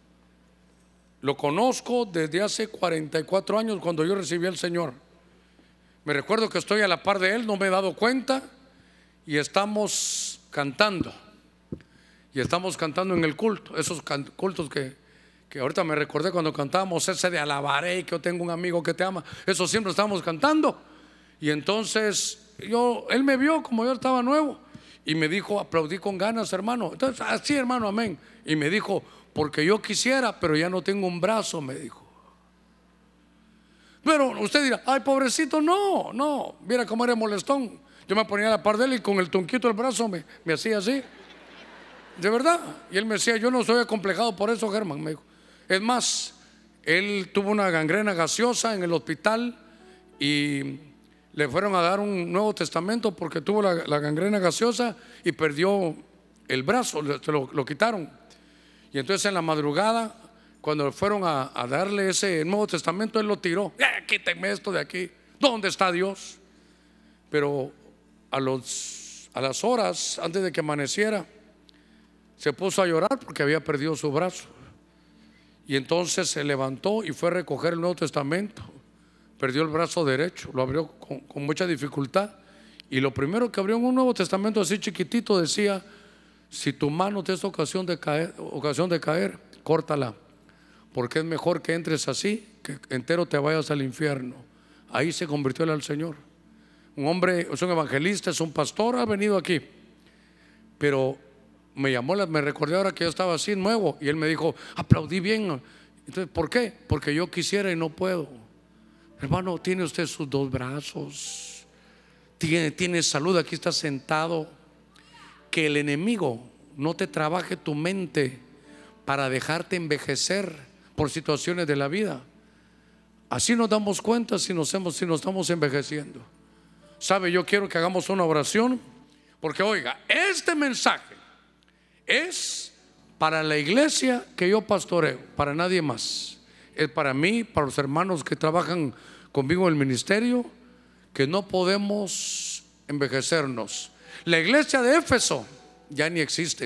Lo conozco desde hace cuarenta y cuatro años, cuando yo recibí al Señor. Me recuerdo que estoy a la par de él, no me he dado cuenta, y estamos cantando. Y estamos cantando en el culto, esos cultos que, que ahorita me recordé cuando cantábamos ese de alabaré, y que yo tengo un amigo que te ama. Eso siempre estábamos cantando. Y entonces yo, él me vio como yo estaba nuevo y me dijo: aplaudí con ganas, hermano. Entonces, así, hermano, amén. Y me dijo: porque yo quisiera, pero ya no tengo un brazo, me dijo. Pero usted dirá: ay, pobrecito. No, no, mira cómo era molestón. Yo me ponía a la par de él y con el tunquito del brazo me, me hacía así. De verdad. Y él me decía: yo no soy acomplejado por eso, Germán, me dijo. Es más, él tuvo una gangrena gaseosa en el hospital y le fueron a dar un Nuevo Testamento porque tuvo la, la gangrena gaseosa y perdió el brazo, se lo, lo quitaron. Y entonces en la madrugada, cuando fueron a, a darle ese Nuevo Testamento, él lo tiró. ¡Eh, quítenme esto de aquí! ¿Dónde está Dios? Pero a, los, a las horas antes de que amaneciera, se puso a llorar porque había perdido su brazo. Y entonces se levantó y fue a recoger el Nuevo Testamento. Perdió el brazo derecho, lo abrió con, con mucha dificultad. Y lo primero que abrió en un Nuevo Testamento así chiquitito decía: si tu mano te es ocasión de caer, ocasión de caer, córtala, porque es mejor que entres así que entero te vayas al infierno. Ahí se convirtió él al Señor. Un hombre, es un evangelista, es un pastor, ha venido aquí. Pero me llamó, me recordé ahora que yo estaba así nuevo y él me dijo: aplaudí bien. Entonces, ¿por qué? Porque yo quisiera y no puedo. Hermano, tiene usted sus dos brazos, tiene, tiene salud, aquí está sentado. Que el enemigo no te trabaje tu mente para dejarte envejecer por situaciones de la vida. Así nos damos cuenta si nos, hemos, si nos estamos envejeciendo. Sabe, yo quiero que hagamos una oración, porque oiga, este mensaje es para la iglesia que yo pastoreo, para nadie más. Es para mí, para los hermanos que trabajan conmigo en el ministerio, que no podemos envejecernos. La iglesia de Éfeso ya ni existe.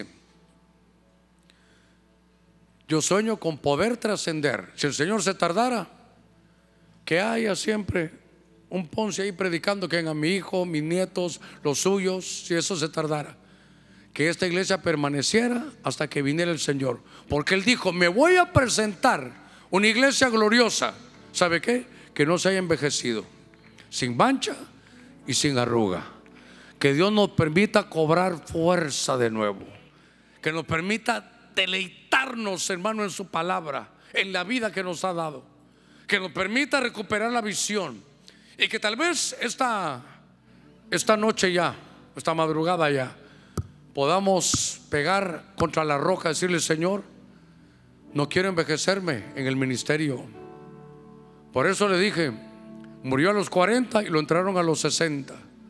Yo sueño con poder trascender. Si el Señor se tardara, que haya siempre un Ponce ahí predicando, que venga mi hijo, mis nietos, los suyos. Si eso se tardara, que esta iglesia permaneciera hasta que viniera el Señor, porque Él dijo: me voy a presentar una iglesia gloriosa. ¿Sabe qué? Que no se haya envejecido, sin mancha y sin arruga. Que Dios nos permita cobrar fuerza de nuevo, que nos permita deleitarnos, hermano, en su palabra, en la vida que nos ha dado, que nos permita recuperar la visión, y que tal vez esta, esta noche ya, esta madrugada ya, podamos pegar contra la roca, decirle: Señor, no quiero envejecerme en el ministerio. Por eso le dije, murió a los cuarenta y lo entraron a los sesenta.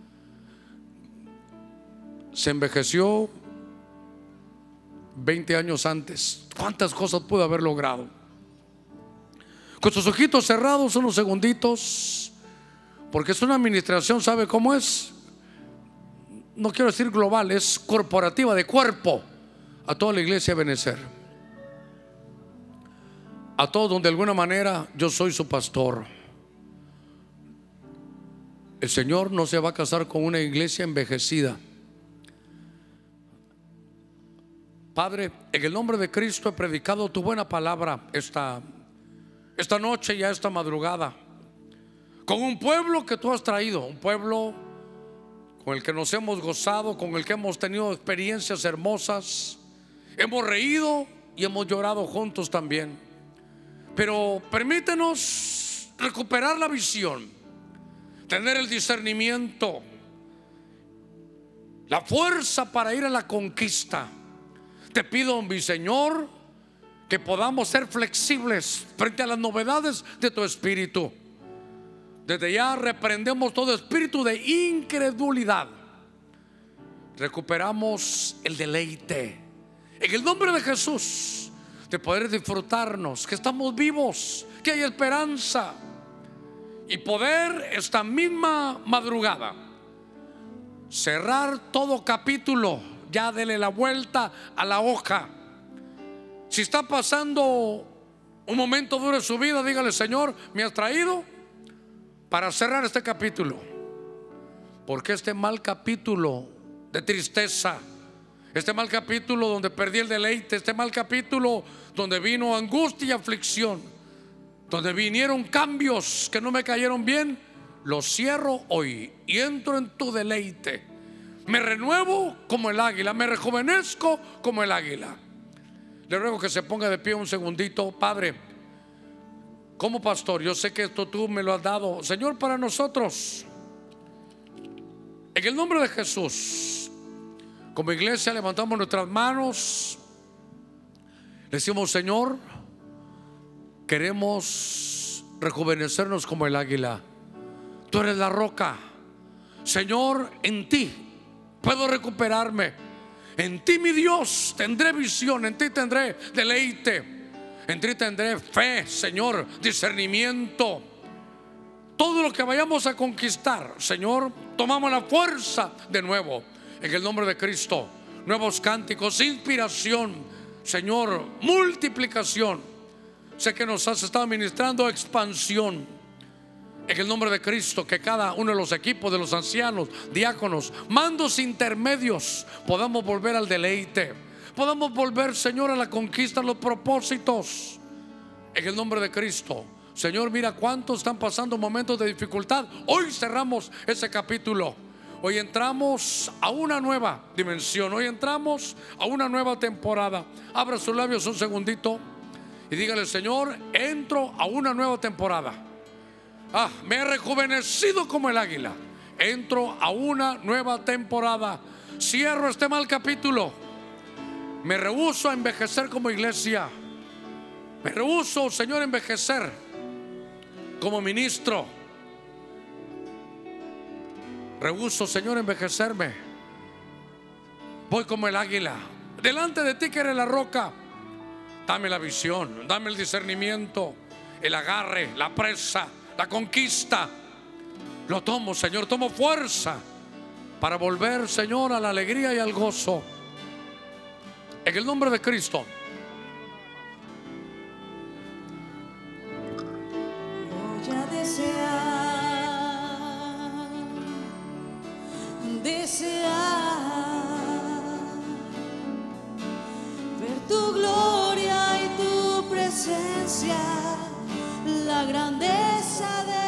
Se envejeció veinte años antes. ¿Cuántas cosas pudo haber logrado? Con sus ojitos cerrados unos segunditos, porque es una administración, ¿sabe cómo es? No quiero decir global, es corporativa, de cuerpo, a toda la iglesia de Benecer, a todos donde de alguna manera yo soy su pastor. El Señor no se va a casar con una iglesia envejecida. Padre, en el nombre de Cristo he predicado tu buena palabra esta, esta noche y a esta madrugada, con un pueblo que tú has traído, un pueblo con el que nos hemos gozado, con el que hemos tenido experiencias hermosas, hemos reído y hemos llorado juntos también. Pero permítenos recuperar la visión, tener el discernimiento, la fuerza para ir a la conquista. Te pido, mi Señor, que podamos ser flexibles frente a las novedades de tu espíritu. Desde ya reprendemos todo espíritu de incredulidad. Recuperamos el deleite en el nombre de Jesús, de poder disfrutarnos, que estamos vivos, que hay esperanza, y poder esta misma madrugada cerrar todo capítulo. Ya dele la vuelta a la hoja. Si está pasando un momento duro en su vida, dígale: Señor, me has traído para cerrar este capítulo, porque este mal capítulo de tristeza, este mal capítulo donde perdí el deleite, este mal capítulo donde vino angustia y aflicción, donde vinieron cambios que no me cayeron bien, lo cierro hoy y entro en tu deleite. Me renuevo como el águila, me rejuvenezco como el águila. Le ruego que se ponga de pie un segundito. Padre, como pastor, yo sé que esto tú me lo has dado, Señor, para nosotros. En el nombre de Jesús, como iglesia levantamos nuestras manos, le decimos: Señor, queremos rejuvenecernos como el águila. Tú eres la roca, Señor. En ti puedo recuperarme. En ti, mi Dios, tendré visión. En ti tendré deleite. En ti tendré fe, Señor, discernimiento. Todo lo que vayamos a conquistar, Señor, tomamos la fuerza de nuevo en el nombre de Cristo. Nuevos cánticos, inspiración, Señor, multiplicación. Sé que nos has estado ministrando expansión. En el nombre de Cristo, que cada uno de los equipos, de los ancianos, diáconos, mandos intermedios, podamos volver al deleite, podamos volver, Señor, a la conquista, a los propósitos. En el nombre de Cristo, Señor, mira cuántos están pasando momentos de dificultad. Hoy cerramos ese capítulo. Hoy entramos a una nueva dimensión. Hoy entramos a una nueva temporada. Abra sus labios un segundito y dígale: Señor, entro a una nueva temporada. Ah, me he rejuvenecido como el águila. Entro a una nueva temporada. Cierro este mal capítulo. Me rehúso a envejecer como iglesia. Me rehúso, Señor, a envejecer como ministro. Rehúso, Señor, a envejecerme. Voy como el águila. Delante de ti, que eres la roca. Dame la visión, dame el discernimiento, el agarre, la presa, la conquista. Lo tomo, Señor, tomo fuerza para volver, Señor, a la alegría y al gozo. En el nombre de Cristo. Voy a desear, desear ver tu gloria y tu presencia, la grandeza de